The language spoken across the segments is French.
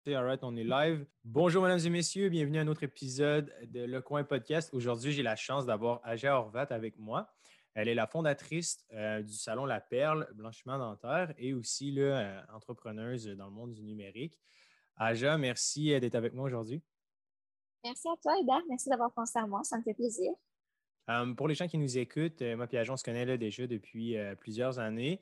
All right, on est live. Bonjour, mesdames et messieurs. Bienvenue à un autre épisode de Le Coin Podcast. Aujourd'hui, j'ai la chance d'avoir Aja Horvat avec moi. Elle est la fondatrice du salon La Perle, blanchiment dentaire, et aussi entrepreneuse dans le monde du numérique. Aja, merci d'être avec moi aujourd'hui. Merci à toi, Hubert. Merci d'avoir pensé à moi. Ça me fait plaisir. Pour les gens qui nous écoutent, moi et Aja, on se connaît là, déjà depuis plusieurs années.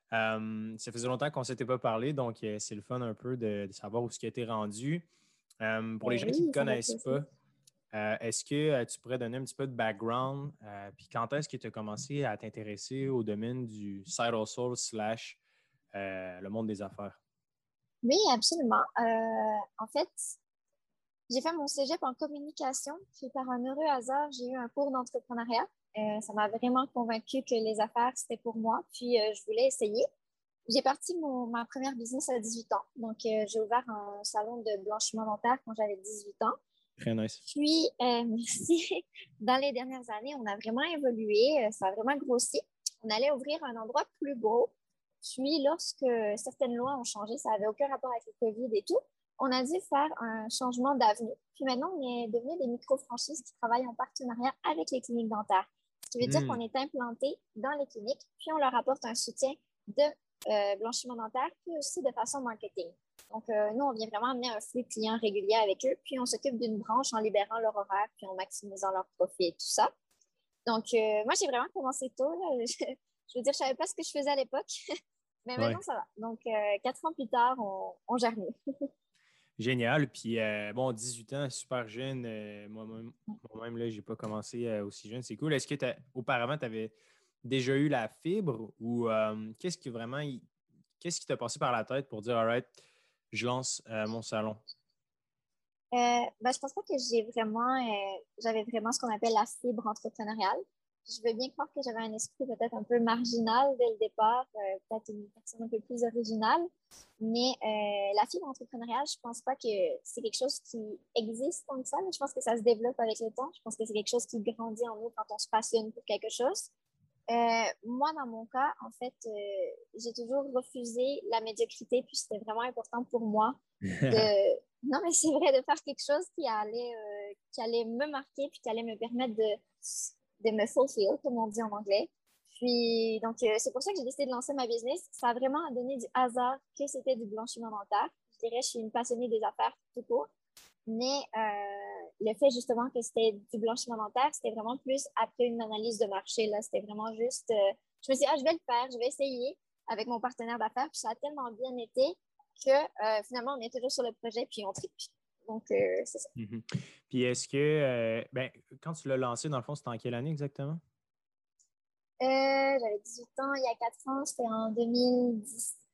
Ça faisait longtemps qu'on ne s'était pas parlé, donc c'est le fun un peu de savoir où ce qui a été rendu. Pour les gens qui ne te Oui, ça fait connaissent plaisir. pas, est-ce que tu pourrais donner un petit peu de background? Puis quand est-ce que tu as commencé à t'intéresser au domaine du side hustle slash le monde des affaires? Oui, absolument. En fait, j'ai fait mon cégep en communication, puis par un heureux hasard, j'ai eu un cours d'entrepreneuriat. Ça m'a vraiment convaincue que les affaires, c'était pour moi, puis je voulais essayer. J'ai parti ma première business à 18 ans. Donc, j'ai ouvert un salon de blanchiment dentaire quand j'avais 18 ans. Très nice. Puis, merci. Dans les dernières années, on a vraiment évolué. Ça a vraiment grossi. On allait ouvrir un endroit plus gros. Puis, lorsque certaines lois ont changé, ça n'avait aucun rapport avec le COVID et tout, on a dû faire un changement d'avenue. Puis maintenant, on est devenu des micro-franchises qui travaillent en partenariat avec les cliniques dentaires. Ce qui veut dire qu'on est implanté dans les cliniques, puis on leur apporte un soutien de blanchiment dentaire, puis aussi de façon marketing. Donc, nous, on vient vraiment amener un flux client régulier avec eux, puis on s'occupe d'une branche en libérant leur horaire, puis en maximisant leur profit et tout ça. Donc, moi, j'ai vraiment commencé tôt. Là. Je veux dire, je ne savais pas ce que je faisais à l'époque, mais maintenant, Ouais. ça va. Donc, 4 ans plus tard, on gère mieux. Génial. Puis, 18 ans, super jeune. Moi-même, là, j'ai pas commencé aussi jeune. C'est cool. Est-ce que auparavant, tu avais déjà eu la fibre ou qu'est-ce qui t'a passé par la tête pour dire, all right, je lance mon salon? Je pense pas que j'avais vraiment ce qu'on appelle la fibre entrepreneuriale. Je veux bien croire que j'avais un esprit peut-être un peu marginal dès le départ, peut-être une personne un peu plus originale, mais la fibre entrepreneuriale, je pense pas que c'est quelque chose qui existe comme ça, mais je pense que ça se développe avec le temps. Je pense que c'est quelque chose qui grandit en nous quand on se passionne pour quelque chose. Moi, dans mon cas, en fait, j'ai toujours refusé la médiocrité, puis c'était vraiment important pour moi de... Non, mais c'est vrai, de faire quelque chose qui allait me marquer, puis qui allait me permettre de me fulfill, comme on dit en anglais. Puis, donc, c'est pour ça que j'ai décidé de lancer ma business. Ça a vraiment donné du hasard que c'était du blanchiment dentaire. Je dirais, je suis une passionnée des affaires tout court. Mais le fait justement que c'était du blanchiment dentaire, c'était vraiment plus après une analyse de marché. Là. C'était vraiment juste, je me suis dit, ah, je vais le faire, je vais essayer avec mon partenaire d'affaires. Puis ça a tellement bien été que finalement, on est toujours sur le projet, puis on tripe. Donc, c'est ça. Mhm. Puis est-ce que, quand tu l'as lancé, dans le fond, c'était en quelle année exactement? J'avais 18 ans il y a 4 ans, c'était en 2017,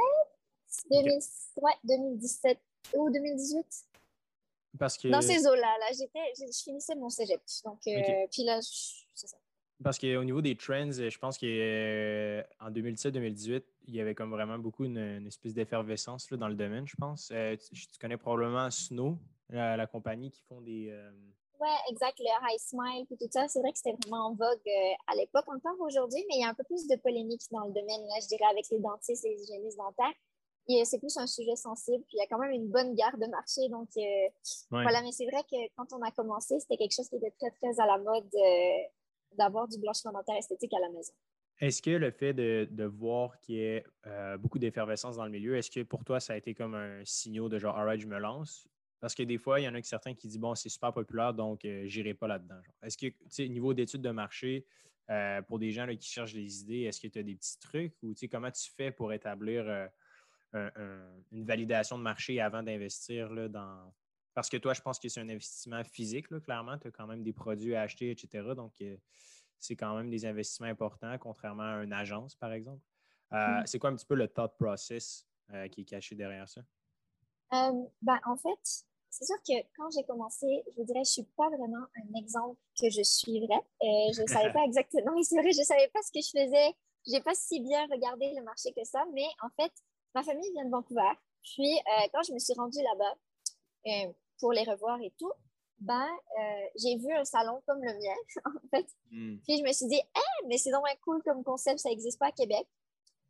OK. 2000, ouais, 2017 ou 2018. Parce Dans que, ces eaux-là, je finissais mon cégep. Donc, OK. puis là, c'est ça. Parce qu'au niveau des trends, je pense qu'en 2017-2018, il y avait comme vraiment beaucoup une espèce d'effervescence là, dans le domaine, je pense. Tu connais probablement Snow, la compagnie qui font des. Ouais, exact, le high smile et tout ça. C'est vrai que c'était vraiment en vogue à l'époque, encore aujourd'hui, mais il y a un peu plus de polémique dans le domaine, là, je dirais, avec les dentistes et les hygiénistes dentaires. Et c'est plus un sujet sensible, puis il y a quand même une bonne garde de marché. Donc, Ouais. voilà, mais c'est vrai que quand on a commencé, c'était quelque chose qui était très, très à la mode d'avoir du blanchiment dentaire esthétique à la maison. Est-ce que le fait de voir qu'il y ait beaucoup d'effervescence dans le milieu, est-ce que pour toi, ça a été comme un signal de genre, alright, je me lance? Parce que des fois, il y en a certains qui disent, bon, c'est super populaire, donc j'irai pas là-dedans. Genre. Est-ce que, tu sais, niveau d'études de marché, pour des gens là, qui cherchent des idées, est-ce que tu as des petits trucs ou tu sais, comment tu fais pour établir une validation de marché avant d'investir là, dans. Parce que toi, je pense que c'est un investissement physique, là, clairement. Tu as quand même des produits à acheter, etc. Donc, c'est quand même des investissements importants, contrairement à une agence, par exemple. C'est quoi un petit peu le thought process qui est caché derrière ça? En fait, c'est sûr que quand j'ai commencé, je vous dirais, je suis pas vraiment un exemple que je suivrais. Je savais pas exactement, oui, c'est vrai, je savais pas ce que je faisais. J'ai pas si bien regardé le marché que ça, mais en fait, ma famille vient de Vancouver. Puis, quand je me suis rendue là-bas pour les revoir et tout, j'ai vu un salon comme le mien, en fait. Hmm. Puis, je me suis dit, mais c'est donc cool comme concept, ça n'existe pas à Québec.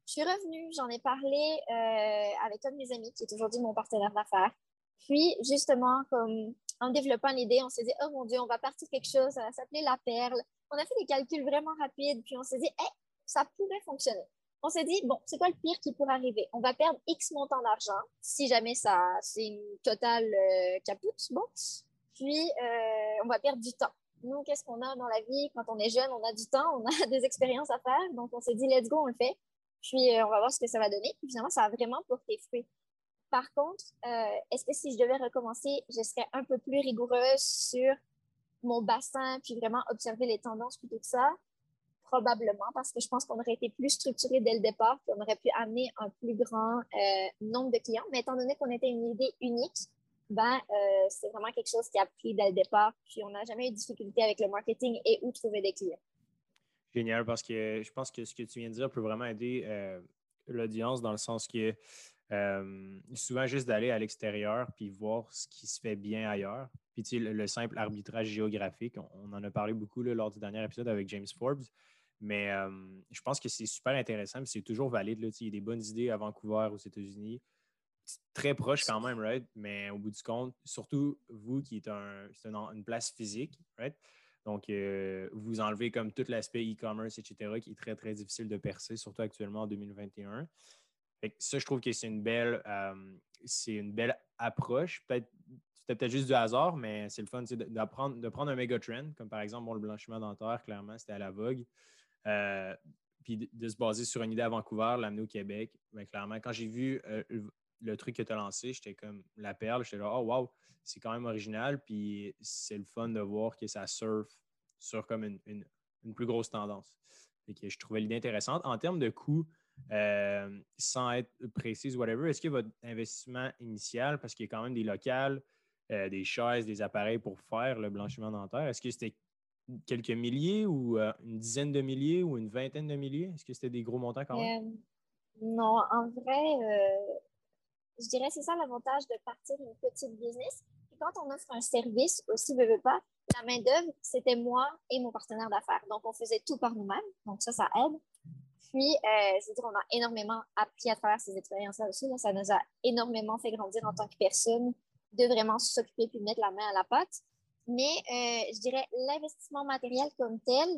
Je suis revenue, j'en ai parlé avec un de mes amis qui est aujourd'hui mon partenaire d'affaires. Puis, justement, comme en développant l'idée, on s'est dit, oh mon Dieu, on va partir quelque chose, ça va s'appeler La Perle. On a fait des calculs vraiment rapides, puis on s'est dit, hey, ça pourrait fonctionner. On s'est dit, bon, c'est quoi le pire qui pourrait arriver? On va perdre X montant d'argent, si jamais c'est une totale capoute, bon. Puis, on va perdre du temps. Nous, qu'est-ce qu'on a dans la vie? Quand on est jeune, on a du temps, on a des expériences à faire. Donc, on s'est dit, let's go, on le fait. Puis, on va voir ce que ça va donner. Puis, finalement, ça a vraiment porté fruit. Par contre, est-ce que si je devais recommencer, je serais un peu plus rigoureuse sur mon bassin, puis vraiment observer les tendances plutôt que ça? Probablement, parce que je pense qu'on aurait été plus structuré dès le départ, puis on aurait pu amener un plus grand nombre de clients. Mais étant donné qu'on était une idée unique, c'est vraiment quelque chose qui a pris dès le départ, puis on n'a jamais eu de difficulté avec le marketing et où trouver des clients. Génial, parce que je pense que ce que tu viens de dire peut vraiment aider l'audience dans le sens que souvent juste d'aller à l'extérieur puis voir ce qui se fait bien ailleurs. Puis tu sais, le simple arbitrage géographique, on en a parlé beaucoup là, lors du dernier épisode avec James Forbes, mais je pense que c'est super intéressant et c'est toujours valide. Là, il y a des bonnes idées à Vancouver, aux États-Unis, très proche quand même, right? Mais au bout du compte, surtout vous qui êtes une place physique, right? Donc, vous enlevez comme tout l'aspect e-commerce, etc., qui est très, très difficile de percer, surtout actuellement en 2021. Fait que ça, je trouve que c'est une belle approche. C'était peut-être juste du hasard, mais c'est le fun de prendre un méga trend, comme par exemple le blanchiment dentaire, clairement, c'était à la vogue. Puis de se baser sur une idée à Vancouver, l'amener au Québec. Bien, clairement, quand j'ai vu le truc que tu as lancé, j'étais comme la perle. J'étais là, oh wow, c'est quand même original. Puis c'est le fun de voir que ça surfe sur comme une plus grosse tendance. Et que je trouvais l'idée intéressante. En termes de coûts, sans être précise, whatever, est-ce que votre investissement initial, parce qu'il y a quand même des locales, des chaises, des appareils pour faire le blanchiment dentaire, est-ce que c'était quelques milliers ou une dizaine de milliers ou une vingtaine de milliers? Est-ce que c'était des gros montants quand même? Non, en vrai, je dirais que c'est ça l'avantage de partir une petite business. Puis quand on offre un service aussi, veut pas, la main-d'œuvre, c'était moi et mon partenaire d'affaires. Donc, on faisait tout par nous-mêmes. Donc, ça aide. Puis, c'est-à-dire, on a énormément appris à travers ces expériences-là aussi. Là, ça nous a énormément fait grandir en tant que personne, de vraiment s'occuper puis de mettre la main à la pâte. Mais je dirais l'investissement matériel comme tel,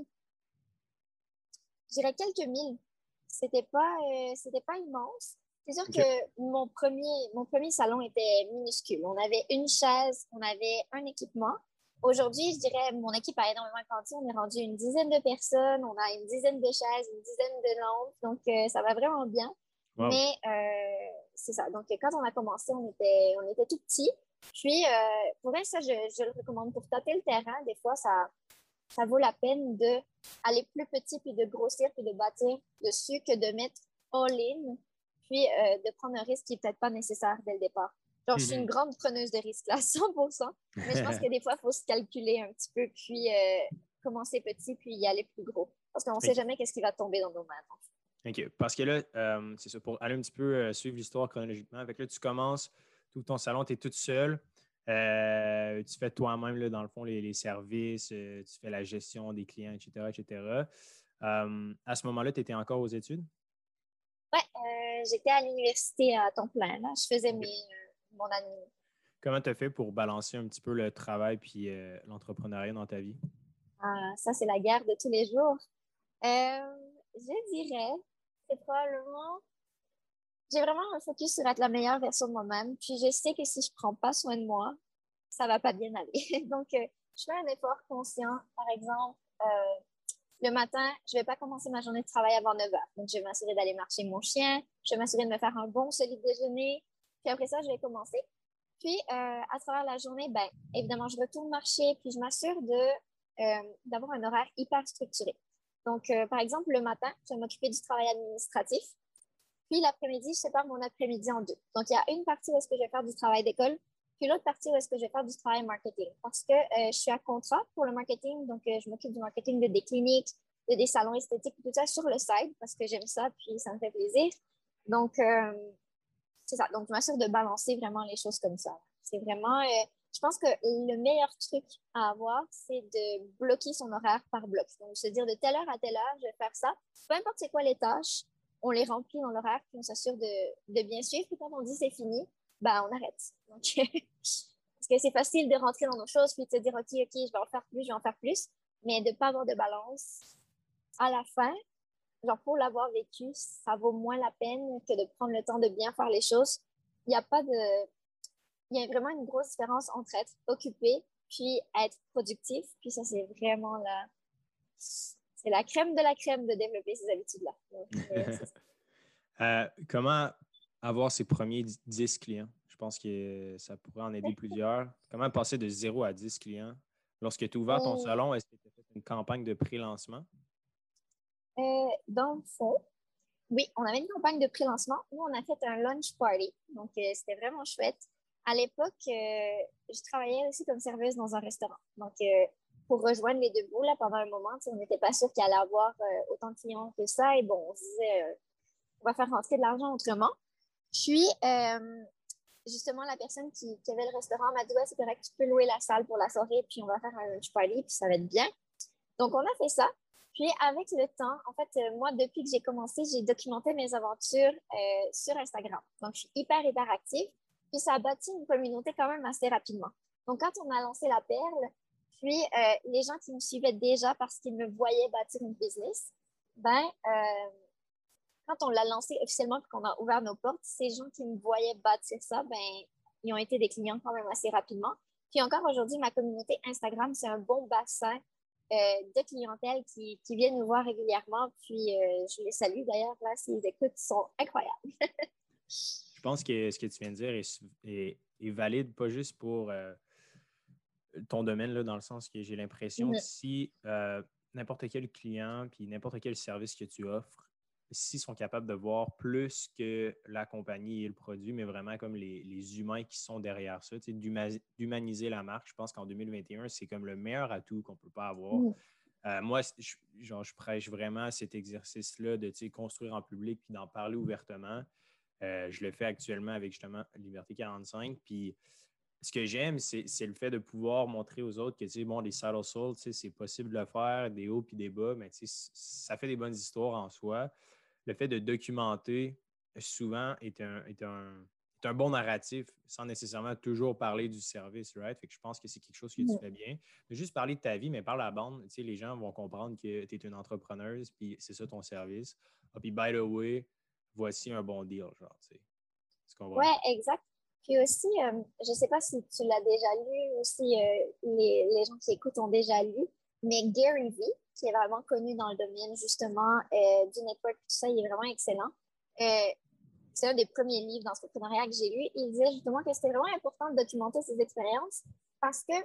je dirais quelques mille. C'était pas immense. C'est sûr OK. que mon premier salon était minuscule. On avait une chaise, on avait un équipement. Aujourd'hui, je dirais, mon équipe a énormément grandi. On est rendu une dizaine de personnes. On a une dizaine de chaises, une dizaine de lampes. Donc, ça va vraiment bien. Wow. Mais c'est ça. Donc, quand on a commencé, on était tout petits. Puis, pour vrai, ça, je le recommande. Pour tâter le terrain, des fois, ça vaut la peine d'aller plus petit, puis de grossir, puis de bâtir dessus que de mettre all-in, puis de prendre un risque qui n'est peut-être pas nécessaire dès le départ. Genre, je suis une grande preneuse de risque là, 100%, mais je pense que des fois, il faut se calculer un petit peu, puis commencer petit, puis y aller plus gros. Parce qu'on ne sait OK. jamais qu'est-ce qui va tomber dans nos mains. OK. Parce que là, c'est ça, pour aller un petit peu suivre l'histoire chronologiquement. Fait que là, tu commences, tout ton salon, tu es toute seule. Tu fais toi-même, là, dans le fond, les services, tu fais la gestion des clients, etc., etc. À ce moment-là, tu étais encore aux études? Ouais, j'étais à l'université à temps plein. Là. Je faisais OK. mon année. Comment tu as fait pour balancer un petit peu le travail puis l'entrepreneuriat dans ta vie? Ah, ça, c'est la guerre de tous les jours. Je dirais, c'est probablement j'ai vraiment un focus sur être la meilleure version de moi-même. Puis je sais que si je prends pas soin de moi, ça va pas bien aller. Donc, je fais un effort conscient. Par exemple, le matin, je vais pas commencer ma journée de travail avant 9 heures. Donc, je vais m'assurer d'aller marcher mon chien. Je vais m'assurer de me faire un bon solide déjeuner. Puis après ça, je vais commencer. Puis, à travers la journée, ben, évidemment, je retourne marcher. Puis, je m'assure d'avoir un horaire hyper structuré. Donc, par exemple, le matin, je vais m'occuper du travail administratif. Puis l'après-midi, je sépare mon après-midi en deux. Donc, il y a une partie où est-ce que je vais faire du travail d'école, puis l'autre partie où est-ce que je vais faire du travail marketing. Parce que je suis à contrat pour le marketing, donc je m'occupe du marketing de des cliniques, de des salons esthétiques, tout ça sur le site, parce que j'aime ça, puis ça me fait plaisir. Donc, c'est ça. Donc, je m'assure de balancer vraiment les choses comme ça. C'est vraiment, je pense que le meilleur truc à avoir, c'est de bloquer son horaire par bloc. Donc, se dire de telle heure à telle heure, je vais faire ça. Peu importe c'est quoi les tâches, on les remplit dans l'horaire, puis on s'assure de bien suivre. Puis quand on dit c'est fini, ben, on arrête. Donc, parce que c'est facile de rentrer dans nos choses, puis de se dire, OK, je vais en faire plus, je vais en faire plus, mais de ne pas avoir de balance à la fin, genre pour l'avoir vécu, ça vaut moins la peine que de prendre le temps de bien faire les choses. Il y a pas de... Il y a vraiment une grosse différence entre être occupé puis être productif. Puis ça, c'est vraiment c'est la crème de la crème de développer ces habitudes-là. Donc, comment avoir ses premiers 10 clients? Je pense que ça pourrait en aider plusieurs. Comment passer de 0 à 10 clients? Lorsque tu as ouvert ton salon, est-ce que tu as fait une campagne de pré-lancement? dans le fond, oui, on avait une campagne de pré-lancement où on a fait un lunch party. Donc, c'était vraiment chouette. À l'époque, je travaillais aussi comme serveuse dans un restaurant. Donc, pour rejoindre les deux bouts, là, pendant un moment, on n'était pas sûr qu'il allait avoir autant de clients que ça. Et bon, on se disait, on va faire rentrer de l'argent autrement. Puis, justement, la personne qui avait le restaurant m'a dit, ouais, c'est correct, tu peux louer la salle pour la soirée, puis on va faire un lunch party, puis ça va être bien. Donc, on a fait ça. Puis, avec le temps, en fait, moi, depuis que j'ai commencé, j'ai documenté mes aventures sur Instagram. Donc, je suis hyper active. Puis, ça a bâti une communauté quand même assez rapidement. Donc, quand on a lancé La Perle, puis les gens qui me suivaient déjà parce qu'ils me voyaient bâtir une business, ben, quand on l'a lancé officiellement et qu'on a ouvert nos portes, ces gens qui me voyaient bâtir ça, ben, ils ont été des clients quand même assez rapidement. Puis encore aujourd'hui, ma communauté Instagram, c'est un bon bassin de clientèle qui viennent nous voir régulièrement. Puis je les salue d'ailleurs, là, s'ils écoutent, ils sont incroyables. Je pense que ce que tu viens de dire est valide, pas juste pour ton domaine, là, dans le sens que j'ai l'impression que si n'importe quel client puis n'importe quel service que tu offres, s'ils sont capables de voir plus que la compagnie et le produit, mais vraiment comme les humains qui sont derrière ça, d'humaniser la marque, je pense qu'en 2021, c'est comme le meilleur atout qu'on ne peut pas avoir. Moi, je prêche vraiment cet exercice-là de construire en public puis d'en parler ouvertement. Je le fais actuellement avec justement Liberté 45. Puis ce que j'aime, c'est le fait de pouvoir montrer aux autres que, bon, les side hustles, c'est possible de le faire, des hauts puis des bas, mais ça fait des bonnes histoires en soi. Le fait de documenter souvent est un bon narratif sans nécessairement toujours parler du service, right? Fait que je pense que c'est quelque chose que tu fais bien. De juste parler de ta vie, mais par la bande, les gens vont comprendre que tu es une entrepreneuse puis c'est ça ton service. Ah, puis, by the way, voici un bon deal, genre, tu sais. Tu comprends? Ouais, exact. Puis aussi, je ne sais pas si tu l'as déjà lu ou si les gens qui écoutent ont déjà lu, mais Gary Vee, qui est vraiment connu dans le domaine justement du network, tout ça, il est vraiment excellent. C'est un des premiers livres d'entrepreneuriat que j'ai lu. Il disait justement que c'était vraiment important de documenter ses expériences parce que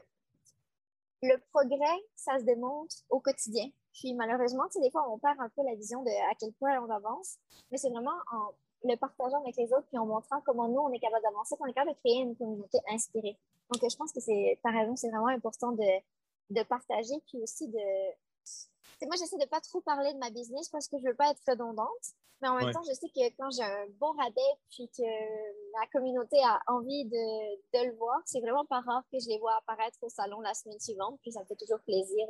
le progrès, ça se démontre au quotidien. Puis malheureusement, des fois, on perd un peu la vision de à quel point on avance, mais c'est vraiment en le partageant avec les autres puis en montrant comment nous, on est capable d'avancer, qu'on est capable de créer une communauté inspirée. Donc, je pense que ta raison, c'est vraiment important de partager puis aussi de... moi, j'essaie de pas trop parler de ma business parce que je veux pas être redondante, mais en même temps, je sais que quand j'ai un bon rabais puis que ma communauté a envie de le voir, c'est vraiment pas rare que je les vois apparaître au salon la semaine suivante. Puis ça me fait toujours plaisir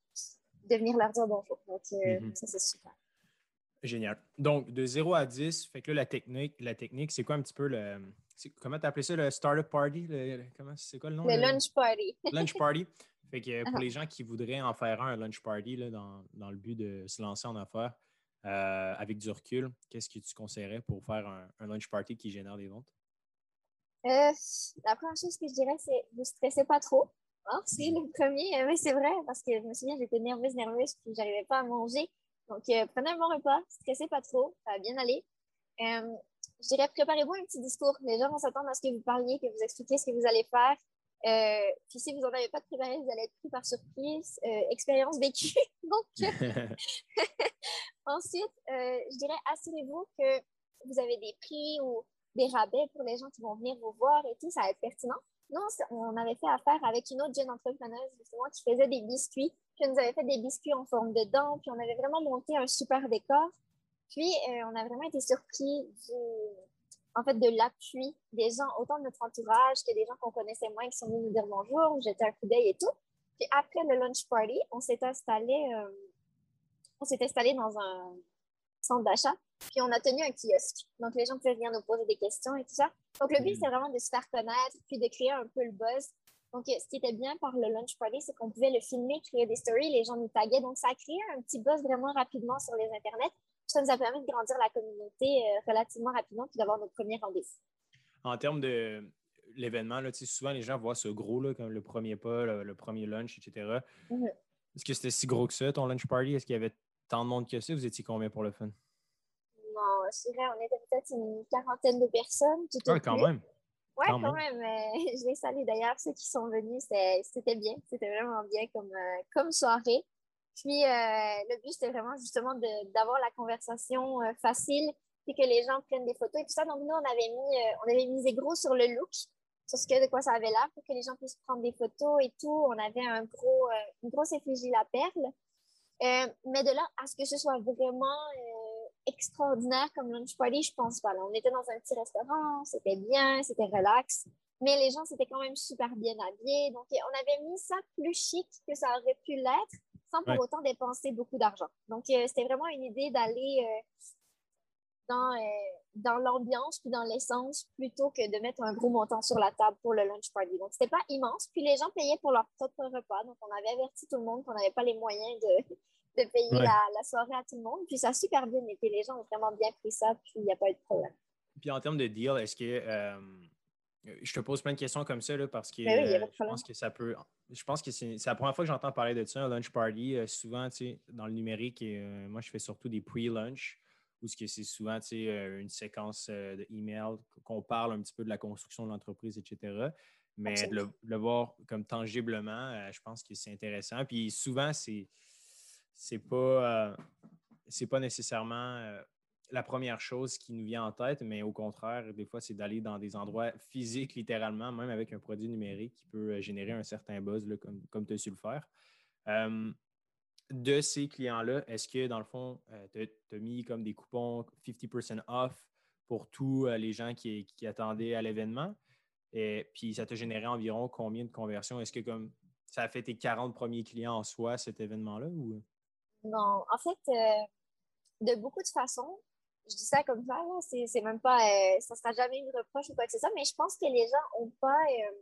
de venir leur dire bonjour. Donc, ça, c'est super. Génial. Donc, de 0 à 10, fait que là, la technique, c'est quoi un petit peu comment tu appelé ça, le startup party? C'est quoi le nom? Le lunch party. Lunch party. Fait que pour les gens qui voudraient en faire un lunch party là, dans le but de se lancer en affaires avec du recul, qu'est-ce que tu conseillerais pour faire un lunch party qui génère des ventes? La première chose que je dirais, c'est ne vous stressez pas trop. Hein? C'est le premier, mais c'est vrai, parce que je me souviens, j'étais nerveuse, puis j'arrivais pas à manger. Donc, prenez un bon repas, stressez pas trop, ça va bien aller. Je dirais, préparez-vous un petit discours. Les gens vont s'attendre à ce que vous parliez, que vous expliquiez ce que vous allez faire. Puis si vous n'en avez pas de préparé, vous allez être pris par surprise. Expérience vécue. Donc, ensuite, je dirais, assurez-vous que vous avez des prix ou des rabais pour les gens qui vont venir vous voir et tout, ça va être pertinent. Nous, on avait fait affaire avec une autre jeune entrepreneuse, justement, qui faisait des biscuits. Puis, elle nous avait fait des biscuits en forme de dents. Puis, on avait vraiment monté un super décor. Puis, on a vraiment été surpris en fait, de l'appui des gens, autant de notre entourage que des gens qu'on connaissait moins qui sont venus nous dire bonjour, jeter un coup d'œil et tout. Puis, après le lunch party, on s'est installé dans un centre d'achat. Puis on a tenu un kiosque. Donc les gens pouvaient venir nous poser des questions et tout ça. Donc le but, c'est vraiment de se faire connaître puis de créer un peu le buzz. Donc ce qui était bien par le lunch party, c'est qu'on pouvait le filmer, créer des stories, les gens nous taguaient. Donc ça a créé un petit buzz vraiment rapidement sur les internets. Puis ça nous a permis de grandir la communauté relativement rapidement puis d'avoir notre premier rendez-vous. En termes de l'événement, là, souvent les gens voient ce gros, là, comme le premier pas, le premier lunch, etc. Mm-hmm. Est-ce que c'était si gros que ça, ton lunch party? Est-ce qu'il y avait tant de monde que ça? Vous étiez combien pour le fun? Non, je dirais on était peut-être une quarantaine de personnes, tout au Ah, quand plus. même. Ouais, Quand quand même. même. Je les salue d'ailleurs, ceux qui sont venus, c'était bien. C'était vraiment bien comme soirée. Puis, le but, c'était vraiment justement d'avoir la conversation facile, puis que les gens prennent des photos et tout ça. Donc, nous, on avait misé gros sur le look, sur de quoi ça avait l'air, pour que les gens puissent prendre des photos et tout. On avait une grosse effigie La Perle. Mais de là à ce que ce soit vraiment extraordinaire comme lunch party, je pense pas. Là, on était dans un petit restaurant, c'était bien, c'était relax, mais les gens s'étaient quand même super bien habillés. Donc, on avait mis ça plus chic que ça aurait pu l'être, sans pour Ouais. autant dépenser beaucoup d'argent. Donc, c'était vraiment une idée d'aller dans, dans l'ambiance puis dans l'essence plutôt que de mettre un gros montant sur la table pour le lunch party. Donc, c'était pas immense. Puis les gens payaient pour leur propre repas. Donc, on avait averti tout le monde qu'on n'avait pas les moyens de payer Ouais. la soirée à tout le monde. Puis ça a super bien été. Les gens ont vraiment bien pris ça. Puis il n'y a pas eu de problème. Puis en termes de deal, est-ce que je te pose plein de questions comme ça là, parce que Mais oui, il n'y a pas de je problème. pense que ça peut. Je pense que c'est la première fois que j'entends parler de ça, un lunch party. Souvent, tu sais, dans le numérique, moi, je fais surtout des pre-lunch, où c'est souvent une séquence de email qu'on parle un petit peu de la construction de l'entreprise, etc. Mais de Absolument. le voir comme tangiblement, je pense que c'est intéressant. Puis souvent, c'est pas, c'est pas nécessairement la première chose qui nous vient en tête, mais au contraire, des fois, c'est d'aller dans des endroits physiques, littéralement, même avec un produit numérique qui peut générer un certain buzz, là, comme tu as su le faire. De ces clients-là, est-ce que, dans le fond, tu as mis comme des coupons 50% off pour tous les gens qui attendaient à l'événement? Et puis, ça t'a généré environ combien de conversions? Est-ce que comme ça a fait tes 40 premiers clients en soi, cet événement-là? Ou... Non, en fait, de beaucoup de façons, je dis ça comme ça, là, c'est même pas, ça sera jamais une reproche ou quoi que ce soit, mais je pense que les gens ont pas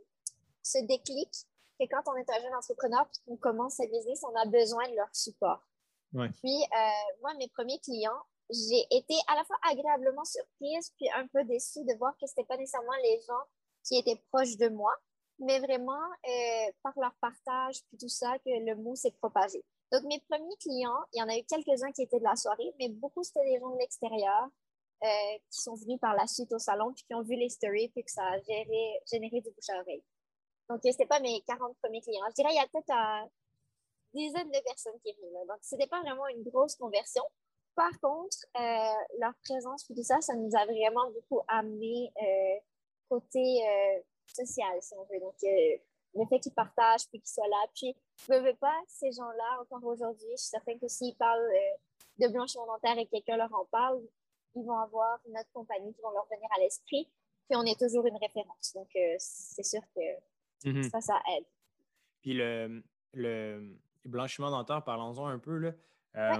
ce déclic que quand on est un jeune entrepreneur et qu'on commence sa business, on a besoin de leur support. Ouais. Puis, moi, mes premiers clients, j'ai été à la fois agréablement surprise puis un peu déçue de voir que c'était pas nécessairement les gens qui étaient proches de moi, mais vraiment par leur partage puis tout ça que le mot s'est propagé. Donc, mes premiers clients, il y en a eu quelques-uns qui étaient de la soirée, mais beaucoup, c'était des gens de l'extérieur qui sont venus par la suite au salon puis qui ont vu les stories puis que ça a généré du bouche à oreille. Donc, c'était pas mes 40 premiers clients. Je dirais il y a peut-être une dizaine de personnes qui sont venues. Là. Donc, c'était pas vraiment une grosse conversion. Par contre, leur présence et tout ça, ça nous a vraiment beaucoup amené côté social, si on veut. Donc, le fait qu'ils partagent puis qu'ils soient là. Puis, je ne veux pas, ces gens-là, encore aujourd'hui, je suis certaine que s'ils parlent de blanchiment dentaire et quelqu'un leur en parle, ils vont avoir notre compagnie qui vont leur venir à l'esprit. Puis, on est toujours une référence. Donc, c'est sûr que Mm-hmm. ça aide. Puis le blanchiment dentaire, parlons-en un peu. Là. Ouais.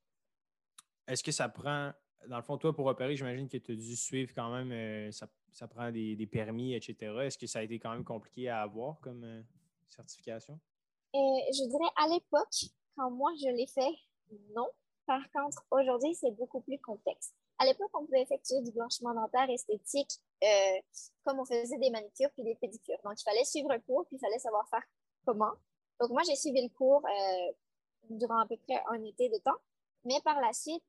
Est-ce que ça prend, dans le fond, toi, pour opérer, j'imagine que tu as dû suivre quand même, ça prend des permis, etc. Est-ce que ça a été quand même compliqué à avoir comme certification? Je dirais à l'époque, quand moi je l'ai fait, non. Par contre, aujourd'hui, c'est beaucoup plus complexe. À l'époque, on pouvait effectuer du blanchiment dentaire esthétique comme on faisait des manicures puis des pédicures. Donc, il fallait suivre un cours puis il fallait savoir faire comment. Donc, moi, j'ai suivi le cours durant à peu près un été de temps. Mais par la suite,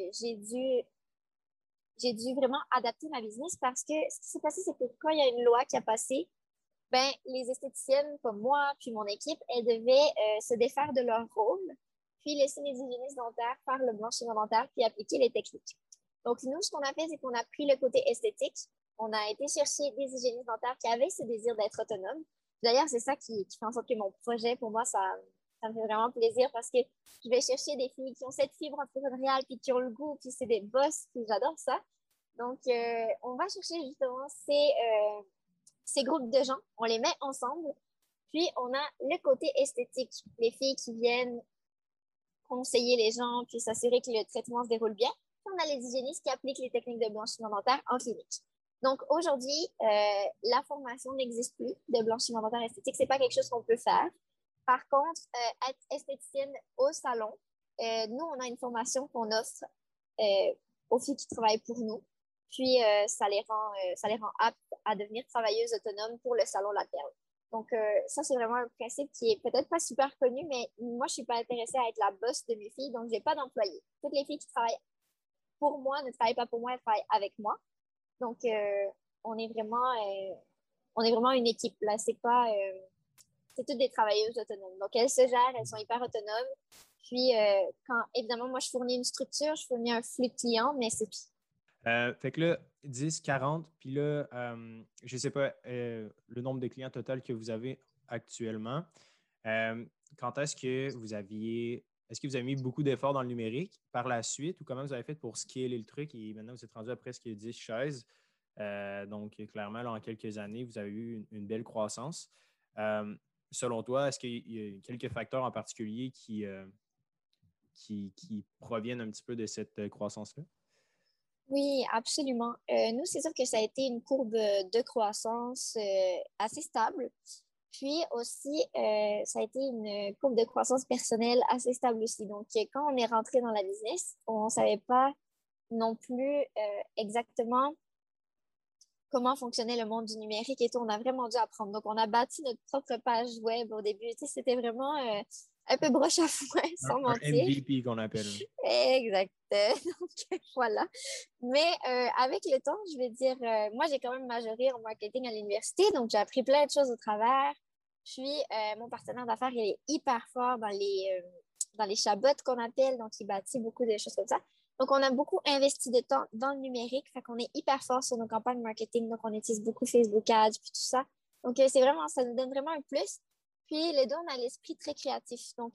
j'ai dû vraiment adapter ma business parce que ce qui s'est passé, c'est que quand il y a une loi qui a passé, ben, les esthéticiennes comme moi, puis mon équipe, elles devaient se défaire de leur rôle, puis laisser les hygiénistes dentaires faire le blanchiment dentaire, puis appliquer les techniques. Donc, nous, ce qu'on a fait, c'est qu'on a pris le côté esthétique. On a été chercher des hygiénistes dentaires qui avaient ce désir d'être autonomes. D'ailleurs, c'est ça qui fait en sorte que mon projet, pour moi, ça me fait vraiment plaisir parce que je vais chercher des filles qui ont cette fibre entrepreneuriale, puis qui ont le goût, puis c'est des boss, puis j'adore ça. Donc, on va chercher justement ces groupes de gens, on les met ensemble, puis on a le côté esthétique, les filles qui viennent conseiller les gens, puis s'assurer que le traitement se déroule bien. Puis on on a les hygiénistes qui appliquent les techniques de blanchiment dentaire en clinique. Donc, aujourd'hui, la formation n'existe plus de blanchiment dentaire esthétique. Ce n'est pas quelque chose qu'on peut faire. Par contre, être esthéticienne au salon, nous, on a une formation qu'on offre aux filles qui travaillent pour nous. Puis, ça les rend aptes à devenir travailleuses autonomes pour le salon La Perle. Donc, ça, c'est vraiment un principe qui est peut-être pas super connu, mais moi, je ne suis pas intéressée à être la boss de mes filles, donc je n'ai pas d'employés. Toutes les filles qui travaillent pour moi ne travaillent pas pour moi, elles travaillent avec moi. Donc, on est vraiment une équipe. Là, c'est toutes des travailleuses autonomes. Donc, elles se gèrent, elles sont hyper autonomes. Puis, évidemment, moi, je fournis une structure, je fournis un flux de clients, mais c'est tout. Fait que là, 10, 40, puis là, je ne sais pas le nombre de clients total que vous avez actuellement. Quand est-ce que vous avez mis beaucoup d'efforts dans le numérique par la suite ou comment vous avez fait pour scaler le truc et maintenant vous êtes rendu à presque 10 chaises? Donc, clairement, là, en quelques années, vous avez eu une belle croissance. Selon toi, est-ce qu'il y a quelques facteurs en particulier qui proviennent un petit peu de cette croissance-là? Oui, absolument. Nous, c'est sûr que ça a été une courbe de croissance assez stable. Puis aussi, ça a été une courbe de croissance personnelle assez stable aussi. Donc, quand on est rentré dans la business, on ne savait pas non plus exactement comment fonctionnait le monde du numérique et tout. On a vraiment dû apprendre. Donc, on a bâti notre propre page web au début. Tu sais, c'était vraiment un peu broche à foin, sans Un mentir. MVP qu'on appelle. Exact. Donc, voilà. Mais avec le temps, je vais dire, moi, j'ai quand même majoré en marketing à l'université. Donc, j'ai appris plein de choses au travers. Puis, mon partenaire d'affaires, il est hyper fort dans les chabots qu'on appelle. Donc, il bâtit beaucoup de choses comme ça. Donc, on a beaucoup investi de temps dans le numérique. Fait qu'on est hyper fort sur nos campagnes marketing. Donc, on utilise beaucoup Facebook Ads, puis tout ça. Donc, c'est vraiment, ça nous donne vraiment un plus. Puis, les deux, on a l'esprit très créatif. Donc,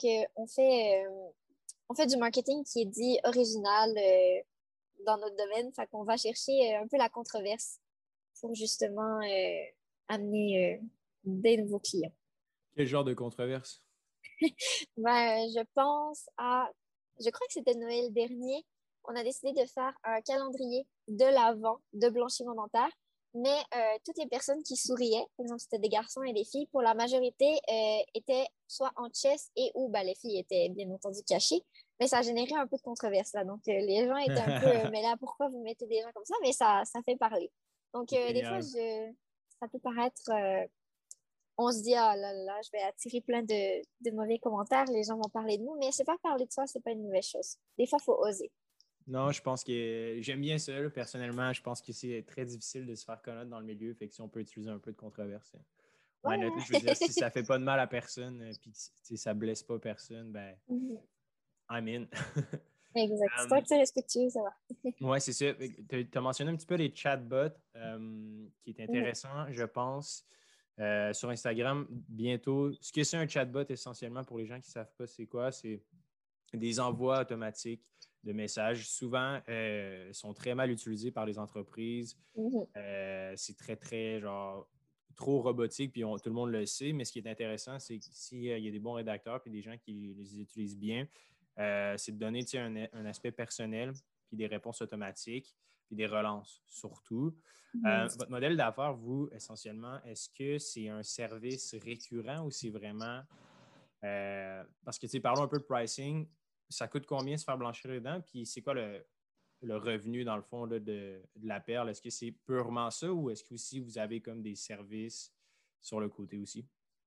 on fait du marketing qui est dit original dans notre domaine. Fait qu'on va chercher un peu la controverse pour justement amener des nouveaux clients. Quel genre de controverse? Je pense je crois que c'était Noël dernier, on a décidé de faire un calendrier de l'Avent de blanchiment dentaire, mais toutes les personnes qui souriaient, par exemple, c'était des garçons et des filles, pour la majorité étaient soit en chest et ou les filles étaient bien entendu cachées, mais ça a généré un peu de controverse là. Donc, les gens étaient un peu, mais là, pourquoi vous mettez des gens comme ça? Mais ça fait parler. Donc, des fois, ça peut paraître on se dit, ah là là, je vais attirer plein de mauvais commentaires, les gens vont parler de nous, mais c'est pas parler de soi, c'est pas une mauvaise chose. Des fois, il faut oser. Non, je pense que j'aime bien ça. Là, personnellement, je pense que c'est très difficile de se faire connaître dans le milieu. Fait que si on peut utiliser un peu de controverse. Ouais. Je veux dire, si ça fait pas de mal à personne puis ça blesse pas personne, ben, I'm in. Exact. Tant que c'est respectueux, ça va. Oui, c'est ça. Tu as mentionné un petit peu les chatbots, qui est intéressant, je pense. Sur Instagram, bientôt. Ce que c'est un chatbot, essentiellement, pour les gens qui ne savent pas c'est quoi, c'est des envois automatiques de messages. Souvent, sont très mal utilisés par les entreprises. C'est très, très, genre, trop robotique, puis tout le monde le sait. Mais ce qui est intéressant, c'est que s'il y a des bons rédacteurs puis des gens qui les utilisent bien, c'est de donner un aspect personnel, puis des réponses automatiques, puis des relances surtout. Votre modèle d'affaires, vous, essentiellement, est-ce que c'est un service récurrent ou c'est vraiment... parce que, tu sais, parlons un peu de pricing. Ça coûte combien se faire blanchir les dents? Puis c'est quoi le revenu, dans le fond, là, de la perle? Est-ce que c'est purement ça ou est-ce que aussi vous avez comme des services sur le côté aussi?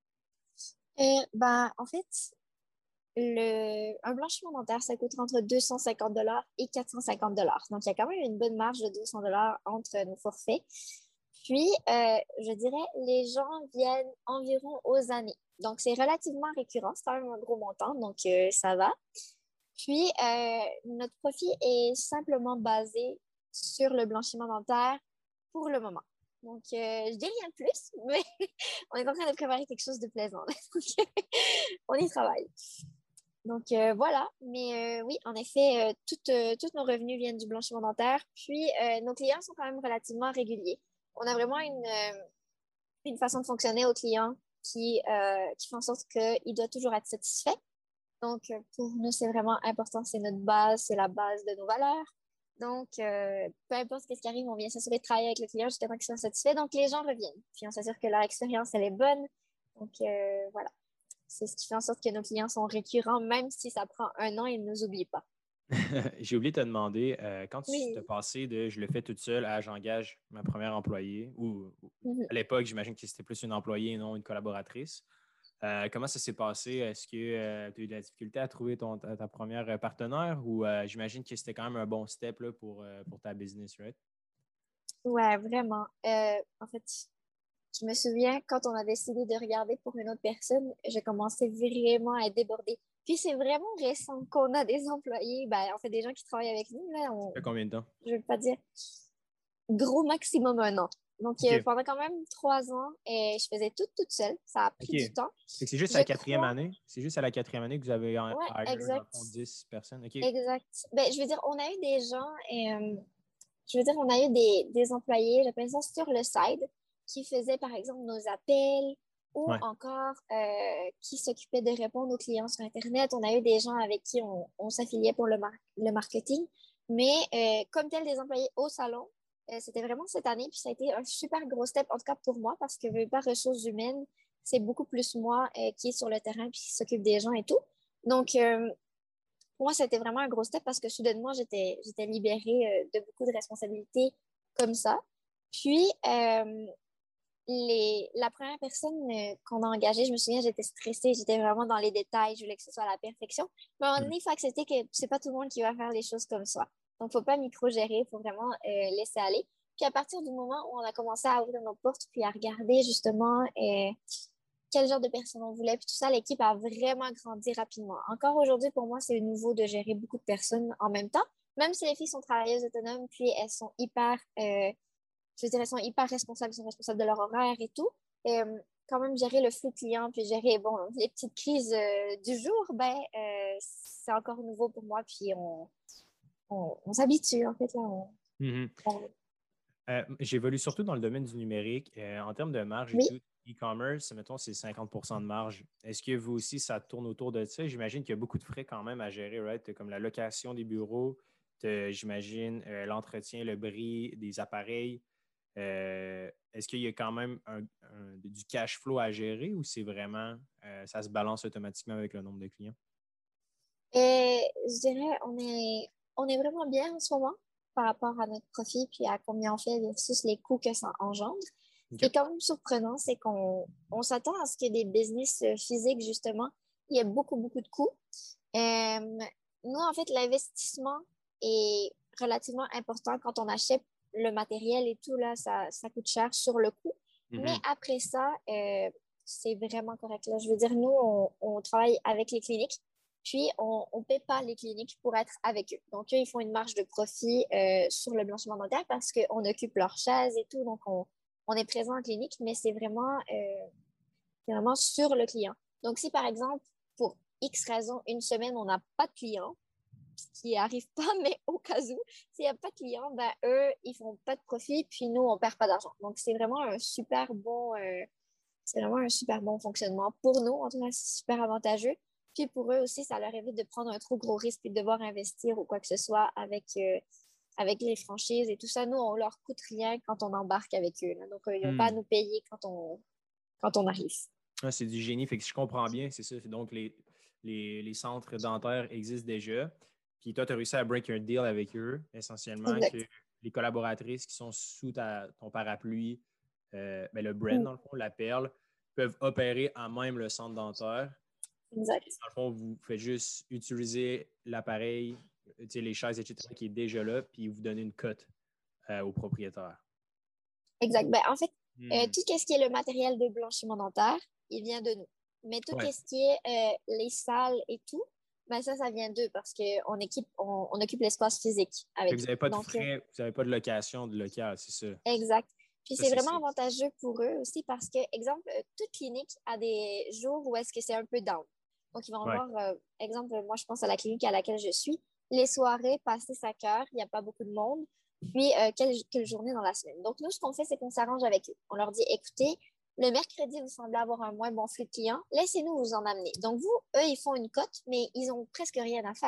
En fait, un blanchiment dentaire, ça coûte entre 250 et 450 dollars. Donc, il y a quand même une bonne marge de 200 dollars entre nos forfaits. Puis, je dirais, les gens viennent environ aux années. Donc, c'est relativement récurrent. C'est quand même un gros montant, donc ça va. Puis, notre profit est simplement basé sur le blanchiment dentaire pour le moment. Donc, je dis rien de plus, mais on est en train de préparer quelque chose de plaisant. Donc, on y travaille. Donc, voilà. Mais oui, en effet, tous nos revenus viennent du blanchiment dentaire. Puis, nos clients sont quand même relativement réguliers. On a vraiment une façon de fonctionner aux clients qui fait en sorte qu'il doit toujours être satisfait. Donc, pour nous, c'est vraiment important. C'est notre base, c'est la base de nos valeurs. Donc, peu importe ce qui arrive, on vient s'assurer de travailler avec le client jusqu'à temps qu'ils soient satisfaits. Donc, les gens reviennent. Puis, on s'assure que leur expérience, elle est bonne. Donc, voilà. C'est ce qui fait en sorte que nos clients sont récurrents, même si ça prend 1 an, ils ne nous oublient pas. J'ai oublié de te demander, quand tu t'es Oui. passé de je le fais toute seule à j'engage ma première employée, ou Mhm. à l'époque, j'imagine que c'était plus une employée et non une collaboratrice. Comment ça s'est passé? Est-ce que tu as eu de la difficulté à trouver ta première partenaire ou j'imagine que c'était quand même un bon step là, pour ta business, right? Ouais, vraiment. En fait, je me souviens quand on a décidé de regarder pour une autre personne, je commençais vraiment à être débordée. Puis c'est vraiment récent qu'on a des employés, ben, en fait, des gens qui travaillent avec nous, là, Ça fait combien de temps? je ne veux pas dire gros maximum 1 an. Donc, OK. pendant quand même 3 ans, et je faisais tout toute seule. Ça a OK. pris du temps. Fait que c'est juste à Je la quatrième crois, année. C'est juste à la quatrième année que vous avez ouais, hire, dans le exact, fond, 10 personnes. OK. exact. Ben, je veux dire, on a eu des gens, je veux dire, on a eu des employés, j'appelle ça sur le side, qui faisaient par exemple nos appels ou Ouais. encore qui s'occupaient de répondre aux clients sur Internet. On a eu des gens avec qui on s'affiliait pour le marketing. Mais comme tel, des employés au salon, c'était vraiment cette année. Puis ça a été un super gros step, en tout cas pour moi, parce que par ressources humaines, c'est beaucoup plus moi qui est sur le terrain puis qui s'occupe des gens et tout. Donc, pour moi, c'était vraiment un gros step parce que soudainement, j'étais libérée de beaucoup de responsabilités comme ça. Puis, la première personne qu'on a engagée, je me souviens, j'étais stressée, j'étais vraiment dans les détails, je voulais que ce soit à la perfection. Mais à un moment donné, il faut accepter que c'est pas tout le monde qui va faire les choses comme ça. Donc, faut pas micro-gérer, il faut vraiment laisser aller. Puis, à partir du moment où on a commencé à ouvrir nos portes, puis à regarder justement quel genre de personnes on voulait, puis tout ça, l'équipe a vraiment grandi rapidement. Encore aujourd'hui, pour moi, c'est nouveau de gérer beaucoup de personnes en même temps, même si les filles sont travailleuses autonomes, puis elles sont hyper je dirais, sont hyper responsables, ils sont responsables de leur horaire et tout. Et quand même, gérer le flux client, puis gérer bon, les petites crises du jour, ben, c'est encore nouveau pour moi. Puis on s'habitue, en fait. Là, Mhm. on- J'évolue surtout dans le domaine du numérique. En termes de marge et Oui. tout, e-commerce, mettons, c'est 50 de marge. Est-ce que vous aussi, ça tourne autour de ça? J'imagine qu'il y a beaucoup de frais quand même à gérer, right? T'as comme la location des bureaux, j'imagine, l'entretien, le bris des appareils. Est-ce qu'il y a quand même du cash flow à gérer ou c'est vraiment, ça se balance automatiquement avec le nombre de clients? Et je dirais, on est vraiment bien en ce moment par rapport à notre profit, puis à combien on fait versus les coûts que ça engendre. Ce qui OK. est quand même surprenant, c'est qu'on s'attend à ce que des business physiques, justement, il y a beaucoup, beaucoup de coûts. Euh, Nous, en fait, l'investissement est relativement important quand on achète le matériel et tout, là, ça coûte cher sur le coup. Mais Mhm. après ça, c'est vraiment correct. Là. Je veux dire, nous, on travaille avec les cliniques, puis on ne paie pas les cliniques pour être avec eux. Donc, eux, ils font une marge de profit sur le blanchiment dentaire parce qu'on occupe leurs chaises et tout. Donc, on est présent en clinique, mais c'est vraiment sur le client. Donc, si par exemple, pour X raison, une semaine, on n'a pas de client, ce qui arrive pas, mais au cas où, s'il n'y a pas de client, ben, eux, ils font pas de profit, puis nous, on perd pas d'argent. Donc, c'est vraiment un super bon fonctionnement pour nous. En tout cas, c'est super avantageux. Puis pour eux aussi, ça leur évite de prendre un trop gros risque et de devoir investir ou quoi que ce soit avec les franchises et tout ça. Nous, on leur coûte rien quand on embarque avec eux. Là. Donc, ils n'ont pas à Hmm. nous payer quand on arrive. Ah, c'est du génie. Fait que si je comprends bien, c'est ça. Donc, les centres dentaires existent déjà. Puis toi, tu as réussi à break un deal avec eux, essentiellement, que Exact. les collaboratrices qui sont sous ton parapluie, ben, le brand, Mm, dans le fond, la perle, peuvent opérer à même le centre dentaire. exact. Dans le fond, vous faites juste utiliser l'appareil, tu sais, les chaises, etc., qui est déjà là, puis vous donnez une cote au propriétaire. Exact. Ben, en fait, Hmm. tout ce qui est le matériel de blanchiment dentaire, il vient de nous. Mais tout Ouais. ce qui est les salles et tout, ben ça vient d'eux parce qu'on occupe l'espace physique Fait que avec vous eux. n'avez pas de Donc, frais, vous n'avez pas de location de local, c'est ça. exact. Puis Ça, c'est c'est vraiment sick. avantageux pour eux aussi parce que, exemple, toute clinique a des jours où est-ce que c'est un peu down. Donc, ils vont Ouais. avoir, exemple, moi, je pense à la clinique à laquelle je suis. Les soirées, passées 5 heures, il n'y a pas beaucoup de monde. Puis, quelle journée dans la semaine. Donc, nous, ce qu'on fait, c'est qu'on s'arrange avec eux. On leur dit, écoutez, le mercredi, vous semblez avoir un moins bon flux de clients. Laissez-nous vous en amener. Donc, vous, eux, ils font une cote, mais ils ont presque rien à faire.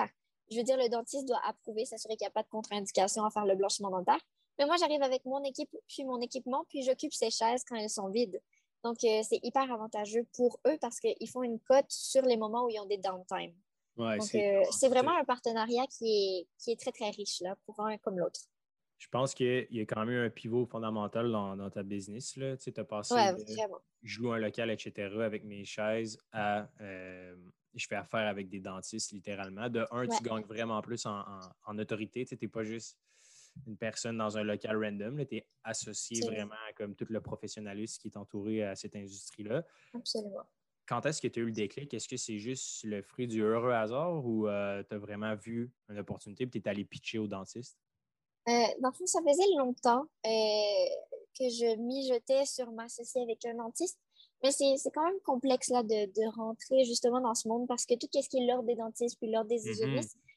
je veux dire, le dentiste doit approuver, s'assurer qu'il n'y a pas de contre-indication à faire le blanchiment dentaire. Mais moi, j'arrive avec mon équipe, puis mon équipement, puis j'occupe ces chaises quand elles sont vides. Donc, c'est hyper avantageux pour eux parce qu'ils font une cote sur les moments où ils ont des downtime. Ouais, Donc, c'est vraiment un partenariat qui est très, très riche là, pour un comme l'autre. Je pense qu'il y a quand même eu un pivot fondamental dans ta business. Tu as passé Ouais, de vraiment. je loue un local, etc., avec mes chaises à je fais affaire avec des dentistes, littéralement. De un, Ouais, tu gagnes vraiment plus en autorité. Tu n'es pas juste une personne dans un local random. Tu es associé absolument. vraiment à comme tout le professionnalisme qui est entouré à cette industrie-là. Absolument. Quand est-ce que tu as eu le déclic? Est-ce que c'est juste le fruit du heureux hasard ou tu as vraiment vu une opportunité et tu es allé pitcher au dentiste? Dans le fond, ça faisait longtemps que je mijotais sur m'associer avec un dentiste, mais c'est quand même complexe là, de rentrer justement dans ce monde parce que tout ce qui est l'ordre des dentistes puis l'ordre des Mhm. hygiénistes,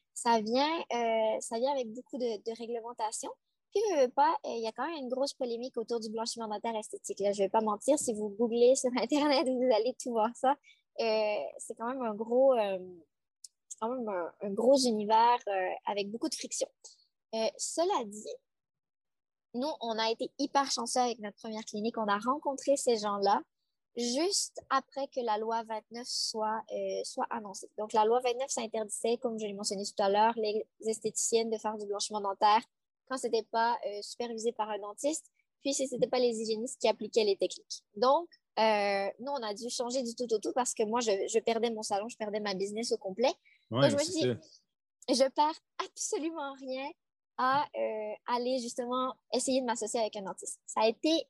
ça vient avec beaucoup de réglementations. Puis, je veux pas, il y a quand même une grosse polémique autour du blanchiment dentaire esthétique. Là, je vais pas mentir, si vous googlez sur Internet, vous allez tout voir ça. C'est quand même c'est quand même un gros univers avec beaucoup de friction. Cela dit, nous, on a été hyper chanceux avec notre première clinique. On a rencontré ces gens-là juste après que la loi 29 soit annoncée. Donc, la loi 29, ça interdisait, comme je l'ai mentionné tout à l'heure, les esthéticiennes de faire du blanchiment dentaire quand ce n'était pas supervisé par un dentiste, puis si ce n'était pas les hygiénistes qui appliquaient les techniques. Donc, nous, on a dû changer du tout au tout parce que moi, je perdais mon salon, je perdais ma business au complet. Donc, Oui, je me c'est suis dit, ça. je perds absolument rien à aller justement essayer de m'associer avec un dentiste. Ça a été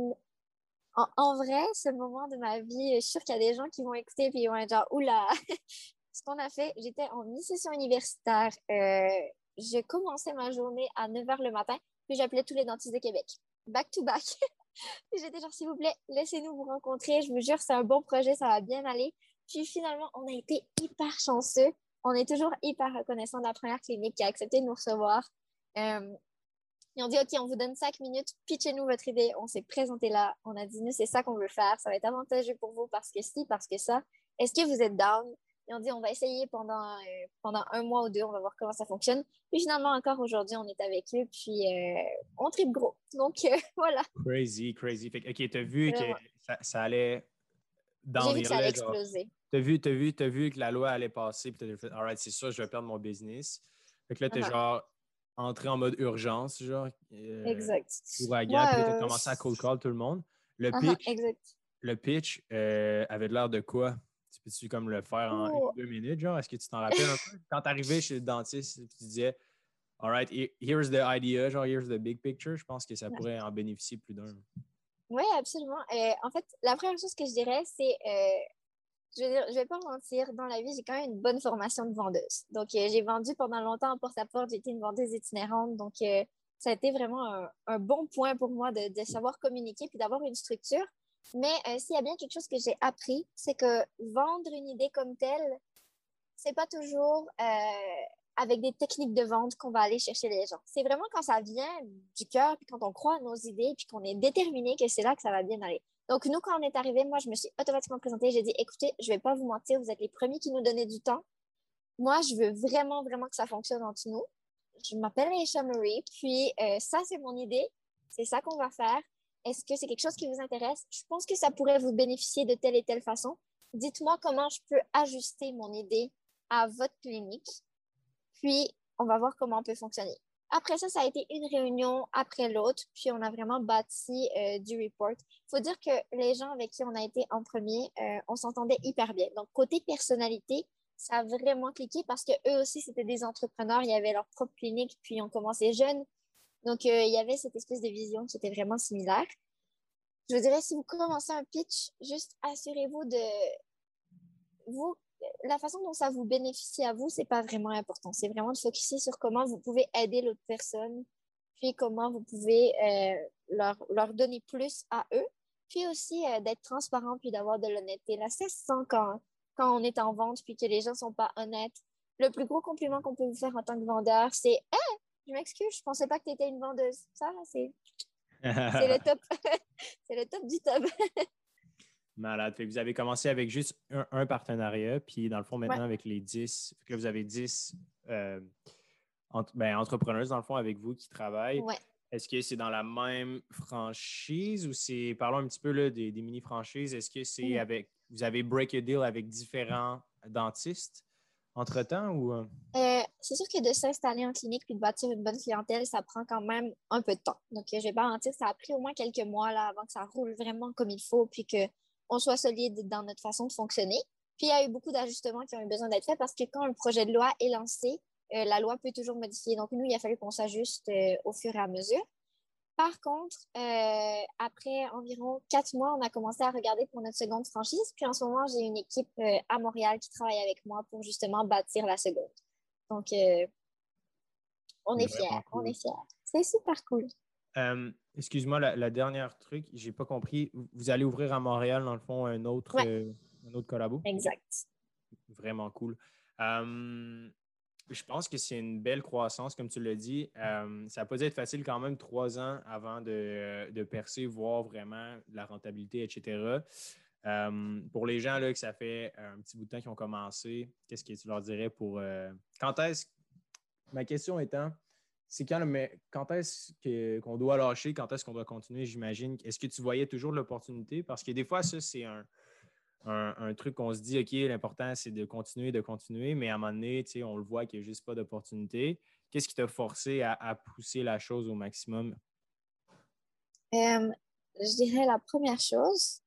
en vrai, ce moment de ma vie, je suis sûre qu'il y a des gens qui vont écouter et ils vont être genre, oula, ce qu'on a fait, j'étais en mi-session universitaire. Je commençais ma journée à 9 h le matin, puis j'appelais tous les dentistes de Québec, back to back. J'étais genre, s'il vous plaît, laissez-nous vous rencontrer. Je vous jure, c'est un bon projet, ça va bien aller. Puis finalement, on a été hyper chanceux. On est toujours hyper reconnaissant de la première clinique qui a accepté de nous recevoir. Ils ont dit, OK, on vous donne 5 minutes, pitchez-nous votre idée. On s'est présenté là. On a dit, nous, c'est ça qu'on veut faire. Ça va être avantageux pour vous parce que si, parce que ça. Est-ce que vous êtes down? Ils ont dit, on va essayer pendant un mois ou deux. On va voir comment ça fonctionne. Puis finalement, encore aujourd'hui, on est avec eux. Puis on tripe gros. Donc, voilà. Crazy, crazy. Fait que, OK, tu as vu que Vraiment. ça allait J'ai vu que downhill, ça allait là, genre. exploser. T'as vu que la loi allait passer, puis t'as fait, all right, c'est ça, je vais perdre mon business. Fait que là, t'es Uh-huh. genre entré en mode urgence, genre Exact. ouragan, Moi, puis là, t'as commencé à cold call tout le monde. Le uh-huh, pitch, exact. le pitch avait l'air de quoi? Tu peux-tu comme le faire en une ou Oh. deux minutes, genre? Est-ce que tu t'en rappelles un peu? Quand t'arrivais chez le dentiste, tu disais, all right, here's the idea, genre, here's the big picture, je pense que ça pourrait en bénéficier plus d'un. Oui, absolument. En fait, la première chose que je dirais, c'est je veux dire, je vais pas mentir, dans la vie, j'ai quand même une bonne formation de vendeuse. Donc, j'ai vendu pendant longtemps en porte-à-porte. J'ai été une vendeuse itinérante. Donc, ça a été vraiment un bon point pour moi de savoir communiquer puis d'avoir une structure. Mais s'il y a bien quelque chose que j'ai appris, c'est que vendre une idée comme telle, c'est pas toujours avec des techniques de vente qu'on va aller chercher les gens. C'est vraiment quand ça vient du cœur, puis quand on croit à nos idées, puis qu'on est déterminé que c'est là que ça va bien aller. Donc, nous, quand on est arrivé, moi, je me suis automatiquement présentée. J'ai dit, écoutez, je vais pas vous mentir, vous êtes les premiers qui nous donnaient du temps. Moi, je veux vraiment, vraiment que ça fonctionne entre nous. Je m'appelle Aisha Marie, puis ça, c'est mon idée. C'est ça qu'on va faire. Est-ce que c'est quelque chose qui vous intéresse? Je pense que ça pourrait vous bénéficier de telle et telle façon. Dites-moi comment je peux ajuster mon idée à votre clinique. Puis, on va voir comment on peut fonctionner. Après ça, ça a été une réunion après l'autre, puis on a vraiment bâti du report. Il faut dire que les gens avec qui on a été en premier, on s'entendait hyper bien. Donc, côté personnalité, ça a vraiment cliqué parce que eux aussi, c'était des entrepreneurs, ils avaient leur propre clinique, puis on commençait jeunes. Donc, il y avait cette espèce de vision qui était vraiment similaire. Je vous dirais, si vous commencez un pitch, juste assurez-vous de vous, la façon dont ça vous bénéficie à vous, c'est pas vraiment important. C'est vraiment de focuser sur comment vous pouvez aider l'autre personne, puis comment vous pouvez leur donner plus à eux, puis aussi d'être transparent, puis d'avoir de l'honnêteté. Là, ça se sent quand on est en vente, puis que les gens sont pas honnêtes. Le plus gros compliment qu'on peut vous faire en tant que vendeur, c'est Hey, je m'excuse, je pensais pas que tu étais une vendeuse. Ça, là, c'est le top. C'est le top du top. Malade. Fait que vous avez commencé avec juste un partenariat, puis dans le fond, Ouais, maintenant, avec les 10, fait que là, vous avez 10 entrepreneuse, dans le fond, avec vous qui travaillent. Ouais. Est-ce que c'est dans la même franchise ou c'est, parlons un petit peu là, des mini-franchises, est-ce que c'est vous avez break a deal avec différents dentistes entre-temps ou... C'est sûr que de s'installer en clinique puis de bâtir une bonne clientèle, ça prend quand même un peu de temps. Donc, je vais pas mentir, ça a pris au moins quelques mois là, avant que ça roule vraiment comme il faut puis qu'on soit solide dans notre façon de fonctionner. Puis, il y a eu beaucoup d'ajustements qui ont eu besoin d'être faits parce que quand un projet de loi est lancé, la loi peut toujours modifier. Donc, nous, il a fallu qu'on s'ajuste au fur et à mesure. Par contre, après environ 4 mois, on a commencé à regarder pour notre seconde franchise. Puis en ce moment, j'ai une équipe à Montréal qui travaille avec moi pour justement bâtir la seconde. Donc, on est fiers, cool. on est fiers. C'est super cool. Excuse-moi, la dernière truc, j'ai pas compris. Vous allez ouvrir à Montréal, dans le fond, un autre collabo? Exact. Vraiment cool. Je pense que c'est une belle croissance, comme tu l'as dit. Ça n'a pas dû être facile quand même 3 ans avant de percer, voir vraiment la rentabilité, etc. Pour les gens là, que ça fait un petit bout de temps qu'ils ont commencé, qu'est-ce que tu leur dirais pour... quand est-ce... Ma question étant, c'est quand est-ce qu'on doit lâcher, quand est-ce qu'on doit continuer, j'imagine. Est-ce que tu voyais toujours l'opportunité? Parce que des fois, ça, c'est un truc qu'on se dit, OK, l'important, c'est de continuer, mais à un moment donné, on le voit qu'il n'y a juste pas d'opportunité. Qu'est-ce qui t'a forcé à pousser la chose au maximum? Je dirais la première chose,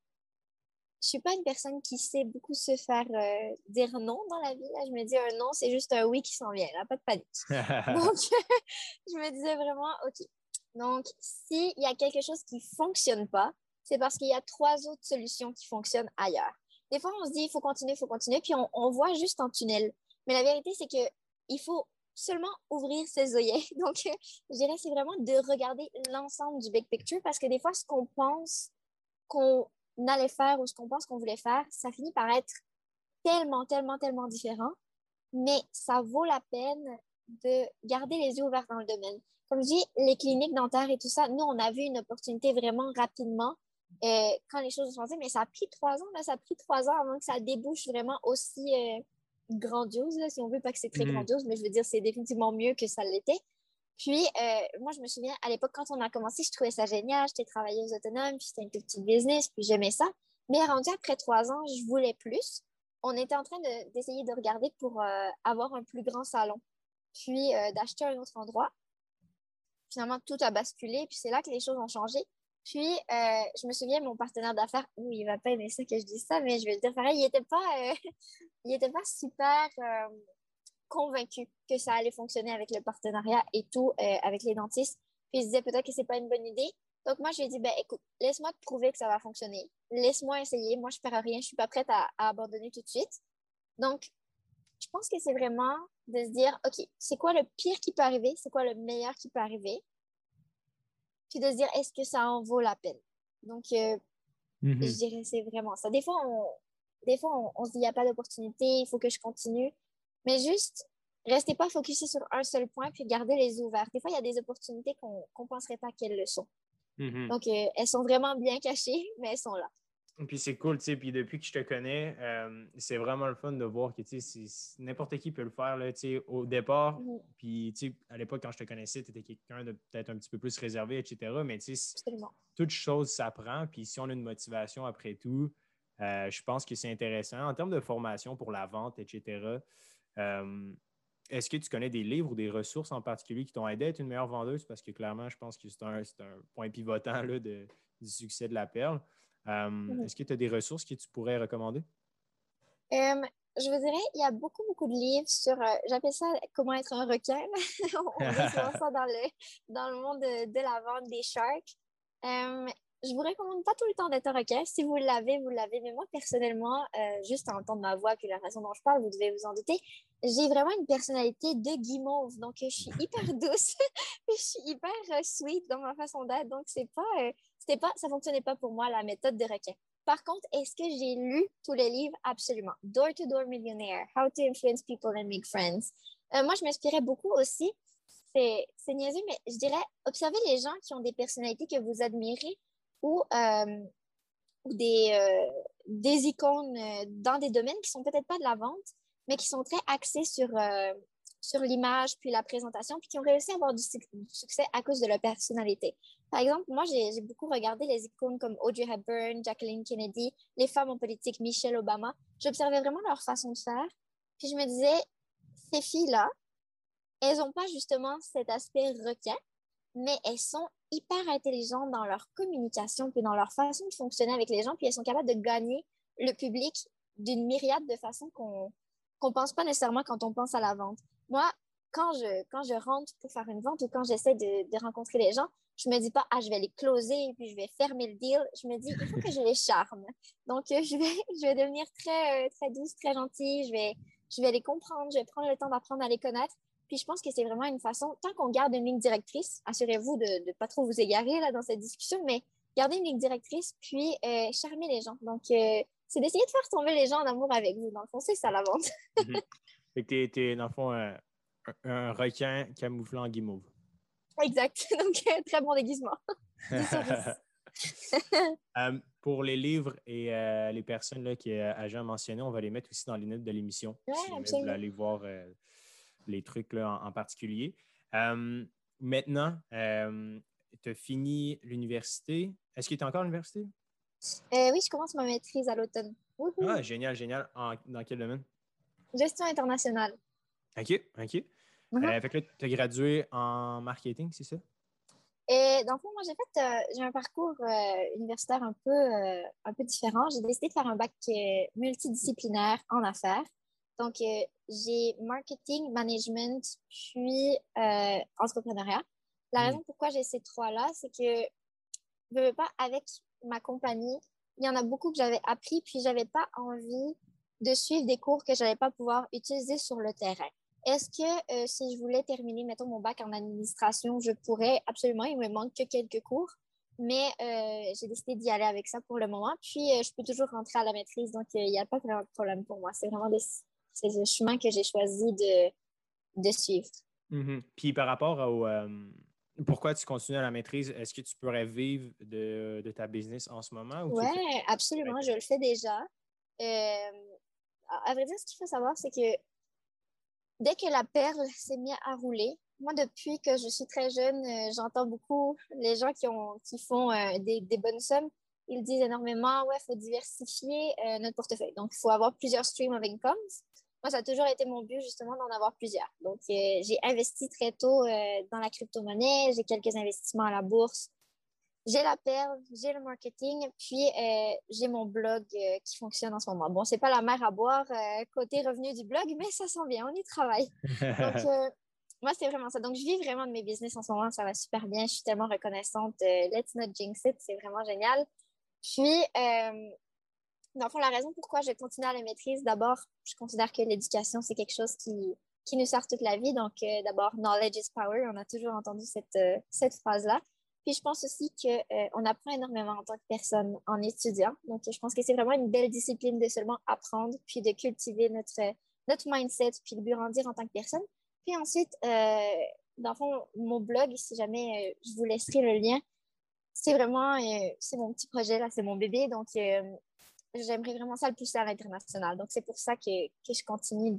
je suis pas une personne qui sait beaucoup se faire dire non dans la vie. Là. Je me dis un non, c'est juste un oui qui s'en vient, là, pas de panique. Donc, je me disais vraiment, OK. Donc, s'il y a quelque chose qui fonctionne pas, c'est parce qu'il y a 3 autres solutions qui fonctionnent ailleurs. Des fois, on se dit, il faut continuer, puis on voit juste en tunnel. Mais la vérité, c'est que il faut seulement ouvrir ses œillets. Donc, je dirais, c'est vraiment de regarder l'ensemble du big picture parce que des fois, ce qu'on pense qu'on allait faire ou ce qu'on pense qu'on voulait faire, ça finit par être tellement, tellement, tellement différent, mais ça vaut la peine de garder les yeux ouverts dans le domaine. Comme je dis, les cliniques dentaires et tout ça, nous, on a vu une opportunité vraiment rapidement quand les choses ont changé, mais ça a pris 3 ans, là, ça a pris 3 ans avant que ça débouche vraiment aussi grandiose, là, si on veut, pas que c'est très grandiose, mais je veux dire, c'est définitivement mieux que ça l'était. Puis, moi, je me souviens, à l'époque, quand on a commencé, je trouvais ça génial. J'étais travailleuse autonome, puis c'était une toute petite business, puis j'aimais ça. Mais rendu après 3 ans, je voulais plus. On était en train d'essayer de regarder pour avoir un plus grand salon, puis d'acheter un autre endroit. Finalement, tout a basculé, puis c'est là que les choses ont changé. Puis, je me souviens, mon partenaire d'affaires, il va pas aimer ça que je dise ça, mais je vais le dire pareil, il était pas super convaincu que ça allait fonctionner avec le partenariat et tout, avec les dentistes. Puis il se disait peut-être que c'est pas une bonne idée. Donc moi, je lui ai dit, ben écoute, laisse-moi te prouver que ça va fonctionner. Laisse-moi essayer. Moi, je ne perds rien. Je suis pas prête à abandonner tout de suite. Donc, je pense que c'est vraiment de se dire, OK, c'est quoi le pire qui peut arriver? C'est quoi le meilleur qui peut arriver? Puis de se dire, est-ce que ça en vaut la peine? Donc, je dirais, c'est vraiment ça. Des fois, on se dit, il n'y a pas d'opportunité, il faut que je continue. Mais juste, restez pas focusé sur un seul point, puis gardez les yeux ouverts. Des fois, il y a des opportunités qu'on ne penserait pas qu'elles le sont. Donc, elles sont vraiment bien cachées, mais elles sont là. Puis c'est cool, tu sais, puis depuis que je te connais, c'est vraiment le fun de voir que, tu sais, n'importe qui peut le faire, là, tu sais, au départ, puis, tu sais, à l'époque, quand je te connaissais, tu étais quelqu'un de peut-être un petit peu plus réservé, etc., mais, tu sais, toute chose s'apprend, puis si on a une motivation après tout, je pense que c'est intéressant. En termes de formation pour la vente, etc., est-ce que tu connais des livres ou des ressources en particulier qui t'ont aidé à être une meilleure vendeuse? Parce que clairement, je pense que c'est un point pivotant là, du succès de la perle. Est-ce que tu as des ressources que tu pourrais recommander? Je vous dirais, il y a beaucoup, beaucoup de livres sur, j'appelle ça comment être un requin. On dit souvent ça dans le monde de la vente des sharks. Je vous recommande pas tout le temps d'être un requin. Si vous l'avez, vous l'avez. Mais moi, personnellement, juste à entendre ma voix et la façon dont je parle, vous devez vous en douter, j'ai vraiment une personnalité de guimauve. Donc, je suis hyper douce. Je suis hyper sweet dans ma façon d'être. Donc, ça fonctionnait pas pour moi, la méthode de requin. Par contre, est-ce que j'ai lu tous les livres? Absolument. Door to Door Millionaire, How to Influence People and Make Friends. Moi, je m'inspirais beaucoup aussi. C'est niaiseux, mais je dirais, observez les gens qui ont des personnalités que vous admirez ou des icônes dans des domaines qui sont peut-être pas de la vente, mais qui sont très axés sur sur l'image puis la présentation, puis qui ont réussi à avoir du succès à cause de leur personnalité. Par exemple, moi, j'ai beaucoup regardé les icônes comme Audrey Hepburn, Jacqueline Kennedy, les femmes en politique, Michelle Obama. J'observais vraiment leur façon de faire. Puis je me disais, ces filles-là, elles n'ont pas justement cet aspect requin, mais elles sont hyper intelligentes dans leur communication puis dans leur façon de fonctionner avec les gens, puis elles sont capables de gagner le public d'une myriade de façons qu'on pense pas nécessairement quand on pense à la vente. Moi, quand je rentre pour faire une vente ou quand j'essaie de rencontrer les gens, je me dis pas, ah, je vais les closer et puis je vais fermer le deal. Je me dis, il faut que je les charme. Donc, je vais devenir très douce, très gentille. Je vais les comprendre. Je vais prendre le temps d'apprendre à les connaître. Puis je pense que c'est vraiment une façon, tant qu'on garde une ligne directrice, assurez-vous de ne pas trop vous égarer là, dans cette discussion, mais gardez une ligne directrice, puis charmer les gens. Donc, c'est d'essayer de faire tomber les gens en amour avec vous. Dans le fond, c'est ça la vente. Fait que t'es, dans le fond, un requin camouflé en guimauve. Exact. Donc, très bon déguisement. 10 sur 10. Pour les livres et les personnes là, qu'Agent a mentionné, on va les mettre aussi dans les notes de l'émission. Oui, Si jamais vous absolument. voulez aller voir les trucs là, en particulier. Maintenant, tu as fini l'université. Est-ce que tu es encore à l'université? Oui, je commence ma maîtrise à l'automne. Ah, génial, génial. Dans quel domaine? Gestion internationale. OK, OK. Uh-huh. Fait que là, tu as gradué en marketing, c'est ça? Et dans le fond, moi, j'ai un parcours universitaire un peu différent. J'ai décidé de faire un bac multidisciplinaire en affaires. Donc, j'ai marketing, management, puis entrepreneuriat. La raison pourquoi j'ai ces trois-là, c'est que, je veux pas, avec ma compagnie, il y en a beaucoup que j'avais appris, puis j'avais pas envie de suivre des cours que j'allais pas pouvoir utiliser sur le terrain. Est-ce que si je voulais terminer, mettons, mon bac en administration, je pourrais absolument, il me manque que quelques cours, mais j'ai décidé d'y aller avec ça pour le moment. Puis, je peux toujours rentrer à la maîtrise, donc il n'y a pas vraiment de problème pour moi. C'est vraiment c'est le chemin que j'ai choisi de suivre. Puis par rapport au pourquoi tu continues à la maîtrise, est-ce que tu pourrais vivre de ta business en ce moment ou tu le fais? Ouais, absolument, je le fais déjà. À vrai dire, ce qu'il faut savoir, c'est que dès que la perle s'est mise à rouler, moi, depuis que je suis très jeune, j'entends beaucoup les gens qui font des bonnes sommes. Ils disent énormément, ouais, il faut diversifier notre portefeuille. Donc, il faut avoir plusieurs streams of incomes. Moi, ça a toujours été mon but, justement, d'en avoir plusieurs. Donc, j'ai investi très tôt dans la crypto-monnaie. J'ai quelques investissements à la bourse. J'ai la perle, j'ai le marketing, puis j'ai mon blog qui fonctionne en ce moment. Bon, c'est pas la mer à boire côté revenu du blog, mais ça sent bien, on y travaille. Donc, moi, c'est vraiment ça. Donc, je vis vraiment de mes business en ce moment, ça va super bien. Je suis tellement reconnaissante. Let's not jinx it, c'est vraiment génial. Puis, dans le fond, la raison pourquoi je continue à la maîtrise, d'abord, je considère que l'éducation, c'est quelque chose qui nous sert toute la vie. Donc, d'abord, knowledge is power. On a toujours entendu cette phrase-là. Puis, je pense aussi qu'on apprend énormément en tant que personne en étudiant. Donc, je pense que c'est vraiment une belle discipline de seulement apprendre, puis de cultiver notre mindset, puis de grandir en tant que personne. Puis ensuite, dans le fond, mon blog, si jamais je vous laisserai le lien, c'est vraiment, c'est mon petit projet, là, c'est mon bébé. Donc, j'aimerais vraiment ça le pousser à l'international. Donc, c'est pour ça que je continue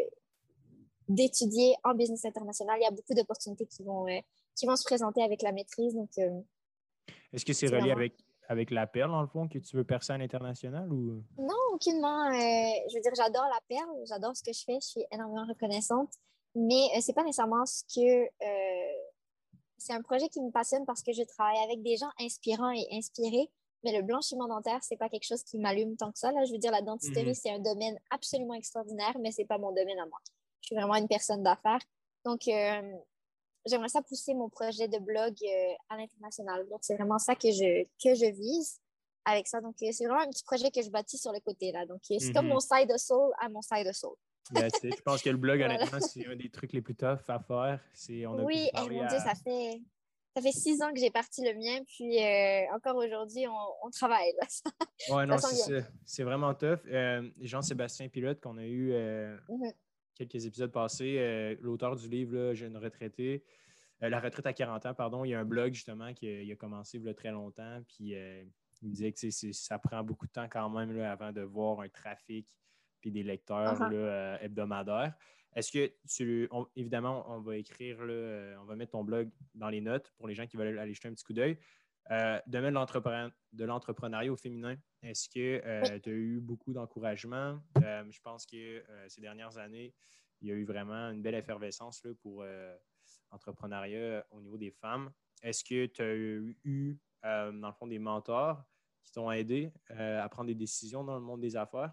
d'étudier en business international. Il y a beaucoup d'opportunités qui vont se présenter avec la maîtrise. Donc, Est-ce que c'est relié vraiment... avec la perle, dans le fond, que tu veux percer à l'international ou? Non, aucunement. Je veux dire, j'adore la perle, j'adore ce que je fais, je suis énormément reconnaissante, mais c'est pas nécessairement ce que... c'est un projet qui me passionne parce que je travaille avec des gens inspirants et inspirés, mais le blanchiment dentaire, c'est pas quelque chose qui m'allume tant que ça. Là, je veux dire, la dentisterie, c'est un domaine absolument extraordinaire, mais c'est pas mon domaine à moi. Je suis vraiment une personne d'affaires. Donc, j'aimerais ça pousser mon projet de blog à l'international. Donc, c'est vraiment ça que je vise avec ça. Donc, c'est vraiment un petit projet que je bâtis sur le côté, là. Donc, c'est comme mon side hustle à mon side hustle. Je pense que le blog, Voilà. honnêtement, c'est un des trucs les plus toughs à faire. On a Oui, parlé mon Dieu, ça fait 6 ans que j'ai parti le mien, puis encore aujourd'hui, on travaille. Là. Ouais, Ça non, sent c'est bien. ça. C'est vraiment tough. Jean-Sébastien Pilote, qu'on a eu quelques épisodes passés, l'auteur du livre là, Jeune retraité, La retraite à 40 ans, pardon, il y a un blog justement qui a commencé il y a très longtemps. Puis il me disait que ça prend beaucoup de temps quand même là, avant de voir un trafic puis des lecteurs là, hebdomadaires. Est-ce que évidemment, on va écrire, là, on va mettre ton blog dans les notes pour les gens qui veulent aller jeter un petit coup d'œil. Domaine de l'entrepreneuriat au féminin, est-ce que tu as eu beaucoup d'encouragement? Je pense que ces dernières années, il y a eu vraiment une belle effervescence là, pour l'entrepreneuriat au niveau des femmes. Est-ce que tu as eu, dans le fond, des mentors qui t'ont aidé à prendre des décisions dans le monde des affaires?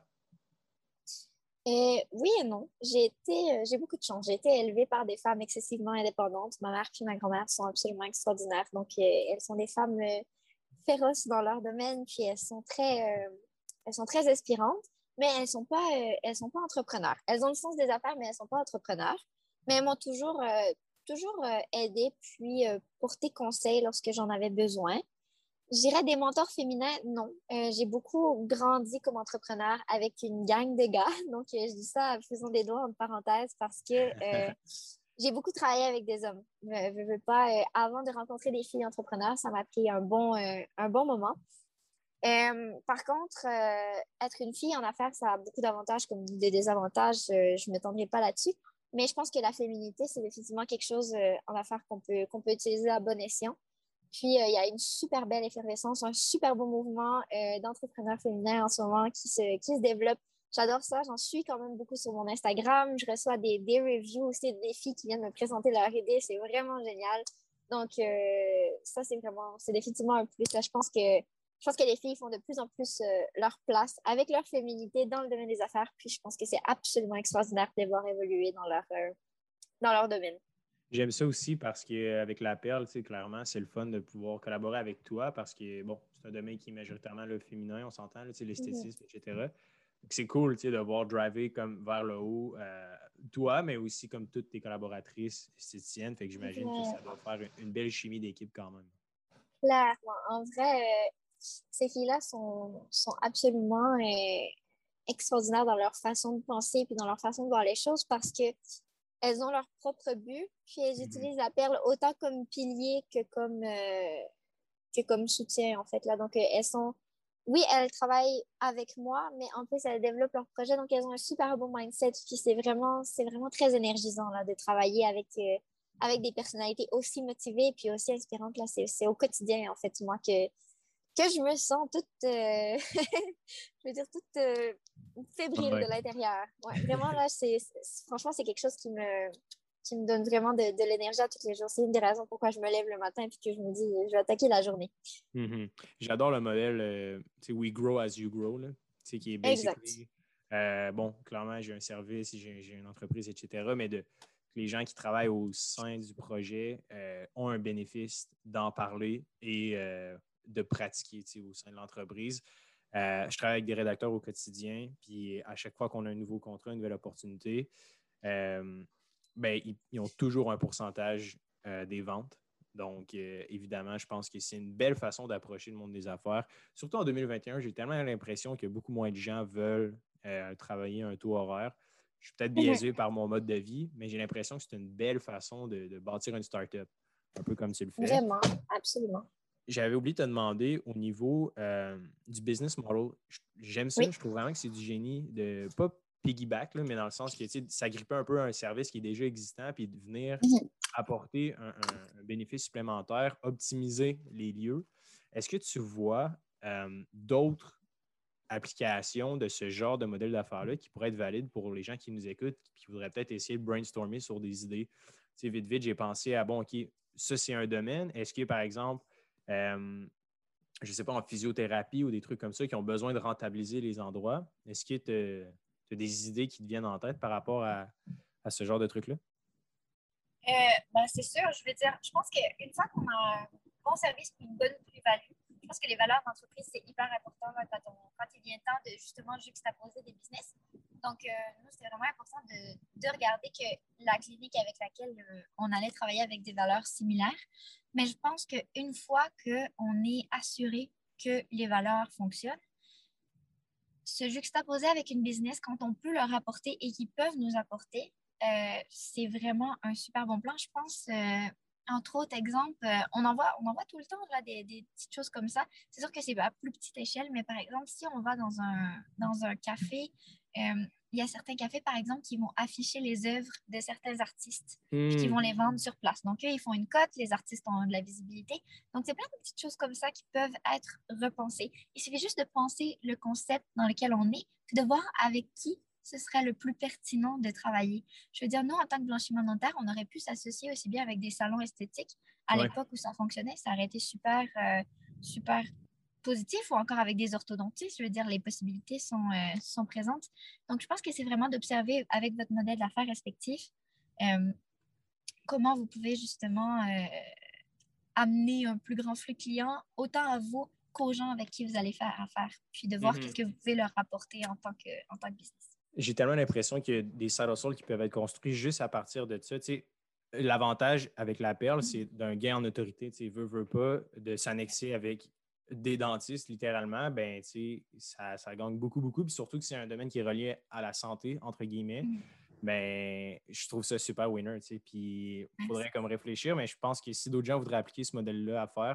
Oui et non. J'ai beaucoup de chance. J'ai été élevée par des femmes excessivement indépendantes. Ma mère puis ma grand-mère sont absolument extraordinaires. Donc, elles sont des femmes féroces dans leur domaine, puis elles sont très inspirantes, mais elles sont pas entrepreneurs. Elles ont le sens des affaires, mais elles sont pas entrepreneurs. Mais elles m'ont toujours aidée, puis porté conseil lorsque j'en avais besoin. Je dirais des mentors féminins, non. J'ai beaucoup grandi comme entrepreneur avec une gang de gars. Donc, je dis ça en faisant des doigts en parenthèse parce que j'ai beaucoup travaillé avec des hommes. Je veux pas, avant de rencontrer des filles entrepreneurs, ça m'a pris un bon moment. Par contre, être une fille en affaires, ça a beaucoup d'avantages comme des désavantages. Je ne m'étendrai pas là-dessus. Mais je pense que la féminité, c'est définitivement quelque chose en affaires qu'on peut utiliser à bon escient. Puis, il y a une super belle effervescence, un super beau mouvement d'entrepreneurs féminins en ce moment qui se développe. J'adore ça. J'en suis quand même beaucoup sur mon Instagram. Je reçois des reviews aussi des filles qui viennent me présenter leurs idées. C'est vraiment génial. Donc, ça, c'est définitivement un plus. Là, je pense que les filles font de plus en plus leur place avec leur féminité dans le domaine des affaires. Puis, je pense que c'est absolument extraordinaire de les voir évoluer dans leur domaine. J'aime ça aussi parce qu'avec La Perle, tu sais, clairement, c'est le fun de pouvoir collaborer avec toi parce que, bon, c'est un domaine qui est majoritairement le féminin, on s'entend, là, tu sais, l'esthétisme, etc. Donc, c'est cool, tu sais, de voir driver comme vers le haut toi, mais aussi comme toutes tes collaboratrices esthéticiennes. Fait que j'imagine que ça doit faire une belle chimie d'équipe quand même. Clairement. En vrai, ces filles-là sont absolument extraordinaires dans leur façon de penser et dans leur façon de voir les choses parce que elles ont leur propre but, puis elles utilisent la perle autant comme pilier que comme soutien, en fait. Là. Donc, oui, elles travaillent avec moi, mais en plus, elles développent leur projet, donc elles ont un super bon mindset, puis c'est vraiment très énergisant là, de travailler avec des personnalités aussi motivées puis aussi inspirantes. Là, c'est au quotidien, en fait, moi, que je me sens toute, je veux dire, toute fébrile Ouais. de l'intérieur. Ouais, vraiment, là, franchement, c'est quelque chose qui me donne vraiment de l'énergie à tous les jours. C'est une des raisons pourquoi je me lève le matin et que je me dis, je vais attaquer la journée. Mm-hmm. J'adore le modèle We grow as you grow, là, qui est Exact. basically, bon, clairement, j'ai un service, j'ai une entreprise, etc., mais que les gens qui travaillent au sein du projet ont un bénéfice d'en parler et de pratiquer au sein de l'entreprise. Je travaille avec des rédacteurs au quotidien, puis à chaque fois qu'on a un nouveau contrat, une nouvelle opportunité, ben, ils ont toujours un pourcentage des ventes. Donc, évidemment, je pense que c'est une belle façon d'approcher le monde des affaires. Surtout en 2021, j'ai tellement l'impression que beaucoup moins de gens veulent travailler un taux horaire. Je suis peut-être biaisé par mon mode de vie, mais j'ai l'impression que c'est une belle façon de bâtir une start-up, un peu comme tu le fais. Vraiment, absolument. J'avais oublié de te demander au niveau du business model. J'aime ça, Oui. je trouve vraiment que c'est du génie de pas piggyback, là, mais dans le sens que s'agripper un peu à un service qui est déjà existant puis de venir apporter un bénéfice supplémentaire, optimiser les lieux. Est-ce que tu vois d'autres applications de ce genre de modèle d'affaires-là qui pourraient être valides pour les gens qui nous écoutent qui voudraient peut-être essayer de brainstormer sur des idées? Tu sais, vite, vite, j'ai pensé à, bon, OK, ça, c'est un domaine. Est-ce que, par exemple, je ne sais pas, en physiothérapie ou des trucs comme ça qui ont besoin de rentabiliser les endroits, est-ce que tu as des idées qui te viennent en tête par rapport à ce genre de trucs-là? C'est sûr, je veux dire, je pense qu'une fois qu'on a un bon service et une bonne plus-value, je pense que les valeurs d'entreprise, c'est hyper important là, quand il vient temps de justement juxtaposer des business. Donc, nous, c'était vraiment important de regarder que la clinique avec laquelle on allait travailler avec des valeurs similaires. Mais je pense qu'une fois qu'on est assuré que les valeurs fonctionnent, se juxtaposer avec une business quand on peut leur apporter et qu'ils peuvent nous apporter, c'est vraiment un super bon plan. Je pense, entre autres exemples, on en voit tout le temps là, des petites choses comme ça. C'est sûr que c'est à plus petite échelle, mais par exemple, si on va dans un café, il y a certains cafés, par exemple, qui vont afficher les œuvres de certains artistes, puis qui Hmm. vont les vendre sur place. Donc, eux, ils font une cote, les artistes ont de la visibilité. Donc, c'est plein de petites choses comme ça qui peuvent être repensées. Il suffit juste de penser le concept dans lequel on est, puis de voir avec qui ce serait le plus pertinent de travailler. Je veux dire, nous, en tant que blanchiment dentaire, on aurait pu s'associer aussi bien avec des salons esthétiques. À Ouais. l'époque où ça fonctionnait, ça aurait été super, super positif ou encore avec des orthodontistes. Je veux dire, les possibilités sont présentes. Donc, je pense que c'est vraiment d'observer avec votre modèle d'affaires respectif euh, comment vous pouvez justement amener un plus grand flux client, autant à vous qu'aux gens avec qui vous allez faire affaire, puis de voir qu'est-ce que vous pouvez leur apporter en tant que business. J'ai tellement l'impression qu'il y a des side hustles qui peuvent être construits juste à partir de ça. Tu sais, l'avantage avec la perle, c'est d'un gain en autorité. Tu sais, veut pas, de s'annexer avec des dentistes, littéralement, ben, tu sais, ça gagne beaucoup, beaucoup. Puis surtout que c'est un domaine qui est relié à la santé, entre guillemets, ben, je trouve ça super winner. Tu sais. Puis il Merci. faudrait comme réfléchir, mais je pense que si d'autres gens voudraient appliquer ce modèle-là à faire,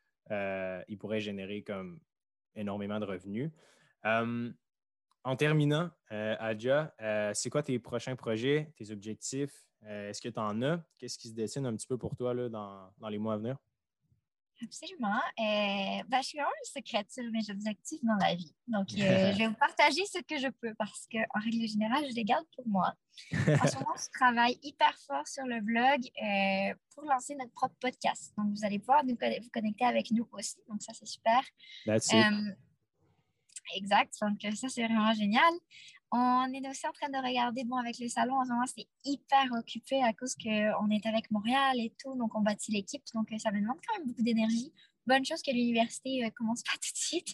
ils pourraient générer comme énormément de revenus. Euh, En terminant, Adja, c'est quoi tes prochains projets, tes objectifs? Est-ce que tu en as? Qu'est-ce qui se dessine un petit peu pour toi là, dans les mois à venir? Absolument. Je suis vraiment une secrétaire mes objectifs dans la vie. Donc, je vais vous partager ce que je peux parce qu'en règle générale, je les garde pour moi. En ce moment, je travaille hyper fort sur le blog pour lancer notre propre podcast. Donc, vous allez pouvoir vous connecter avec nous aussi. Donc, ça, c'est super. That's it. Euh, exact. Donc, ça, c'est vraiment génial. On est aussi en train de regarder, bon, avec le salon, en ce moment, c'est hyper occupé à cause qu'on est avec Montréal et tout, donc on bâtit l'équipe, donc ça me demande quand même beaucoup d'énergie. Bonne chose que l'université commence pas tout de suite.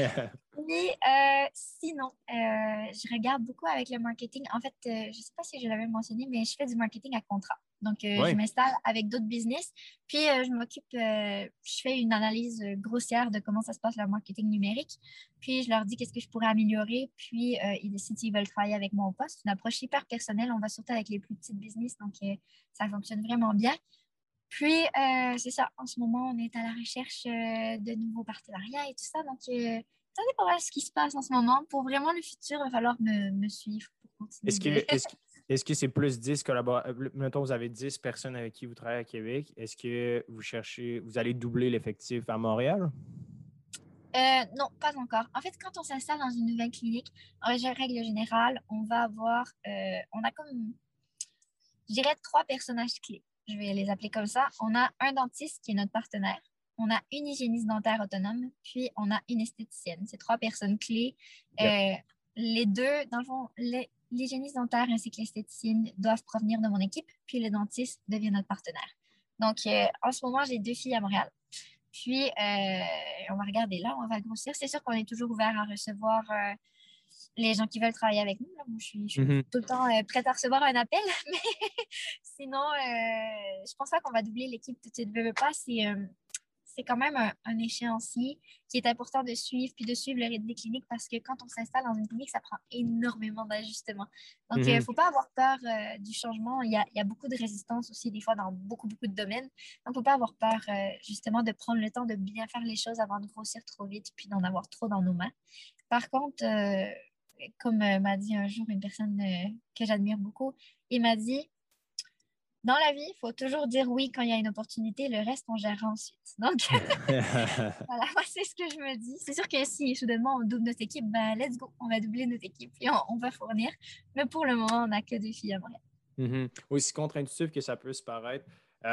Mais sinon, je regarde beaucoup avec le marketing. En fait, je ne sais pas si je l'avais mentionné, mais je fais du marketing à contrat. Donc, je Oui. m'installe avec d'autres business. Puis, je m'occupe, je fais une analyse grossière de comment ça se passe le marketing numérique. Puis, je leur dis qu'est-ce que je pourrais améliorer. Puis, ils décident s'ils veulent travailler avec moi ou pas. C'est une approche hyper personnelle. On va surtout avec les plus petites business. Donc, ça fonctionne vraiment bien. Puis, c'est ça. En ce moment, on est à la recherche de nouveaux partenariats et tout ça. Donc, ça dépend de ce qui se passe en ce moment. Pour vraiment le futur, il va falloir me suivre pour Est-ce continuer que, est-ce que, est-ce que c'est plus 10 collaborateurs? Mettons, vous avez 10 personnes avec qui vous travaillez à Québec. Est-ce que vous allez doubler l'effectif à Montréal? Non, pas encore. En fait, quand on s'installe dans une nouvelle clinique, en règle générale, on a comme, je dirais, trois personnages clés. Je vais les appeler comme ça. On a un dentiste qui est notre partenaire. On a une hygiéniste dentaire autonome, puis on a une esthéticienne. C'est trois personnes clés. Yep. Les deux, dans le fond, l'hygiéniste dentaire ainsi que l'esthéticienne doivent provenir de mon équipe, puis le dentiste devient notre partenaire. Donc, en ce moment, j'ai deux filles à Montréal. Puis, on va regarder là, on va grossir. C'est sûr qu'on est toujours ouvert à recevoir les gens qui veulent travailler avec nous. Là. Moi, je suis Mhm. tout le temps prête à recevoir un appel, mais sinon, je pense pas qu'on va doubler l'équipe tout de suite. Veux pas, c'est quand même un échéancier qui est important de suivre, puis de suivre le rythme des cliniques parce que quand on s'installe dans une clinique, ça prend énormément d'ajustements. Donc, il ne Mhm. faut pas avoir peur du changement. Il y a beaucoup de résistance aussi, des fois, dans beaucoup, beaucoup de domaines. Donc, il ne faut pas avoir peur, justement, de prendre le temps de bien faire les choses avant de grossir trop vite, puis d'en avoir trop dans nos mains. Par contre, comme m'a dit un jour une personne que j'admire beaucoup, il m'a dit, dans la vie, il faut toujours dire oui quand il y a une opportunité, le reste, on gérera ensuite. Donc, voilà, moi, c'est ce que je me dis. C'est sûr que si soudainement on double notre équipe, ben let's go, on va doubler notre équipe et on va fournir. Mais pour le moment, on n'a que deux filles à Montréal. Mhm. Aussi contre-intuitif que ça peut se paraître,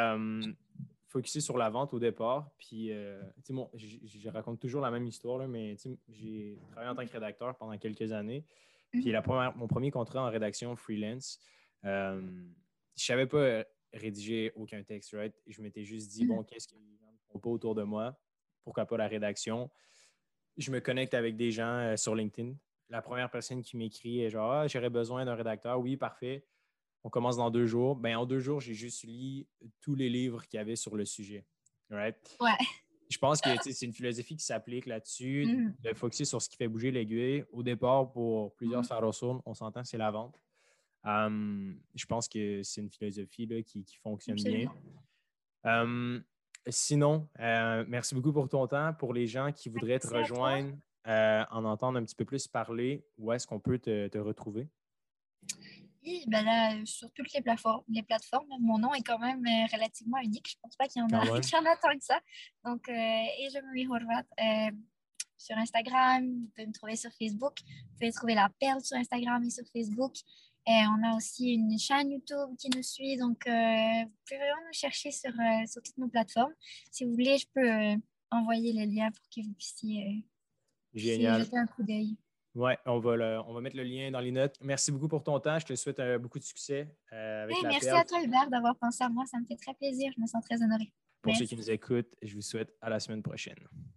focusé sur la vente au départ. Puis, tu sais, je raconte toujours la même histoire, là, mais tu sais, j'ai travaillé en tant que rédacteur pendant quelques années. Puis, mon premier contrat en rédaction freelance, je ne savais pas rédiger aucun texte, right? Je m'étais juste dit, bon, qu'est-ce que les gens ne font pas autour de moi? Pourquoi pas la rédaction? Je me connecte avec des gens sur LinkedIn. La première personne qui m'écrit est genre, ah, j'aurais besoin d'un rédacteur. Oui, parfait. On commence dans 2 jours. Ben, en 2 jours, j'ai juste lu tous les livres qu'il y avait sur le sujet. Right? Ouais. Je pense que c'est une philosophie qui s'applique là-dessus, Mhm. de focuser sur ce qui fait bouger l'aiguille. Au départ, pour plusieurs Sarosaunes, on s'entend, c'est la vente. Je pense que c'est une philosophie là, qui fonctionne bien. Absolument. Sinon, merci beaucoup pour ton temps. Pour les gens qui voudraient te Merci à toi. rejoindre, en entendre un petit peu plus parler, où est-ce qu'on peut te retrouver? Et ben là, sur toutes les plateformes, mon nom est quand même relativement unique. Je pense pas qu'il y en a, Quand même. qu'il y en a tant que ça. Donc, Ejemuri Horvat sur Instagram, vous pouvez me trouver sur Facebook, vous pouvez trouver La Perle sur Instagram et sur Facebook. Et on a aussi une chaîne YouTube qui nous suit, donc vous pouvez vraiment nous chercher sur toutes nos plateformes. Si vous voulez, je peux envoyer le lien pour que vous puissiez Génial. jeter un coup d'œil. Ouais, on va mettre le lien dans les notes. Merci beaucoup pour ton temps. Je te souhaite beaucoup de succès avec Hey, La merci Perle. à toi, Hubert, d'avoir pensé à moi. Ça me fait très plaisir. Je me sens très honorée. Pour ceux qui Merci. nous écoutent, je vous souhaite à la semaine prochaine.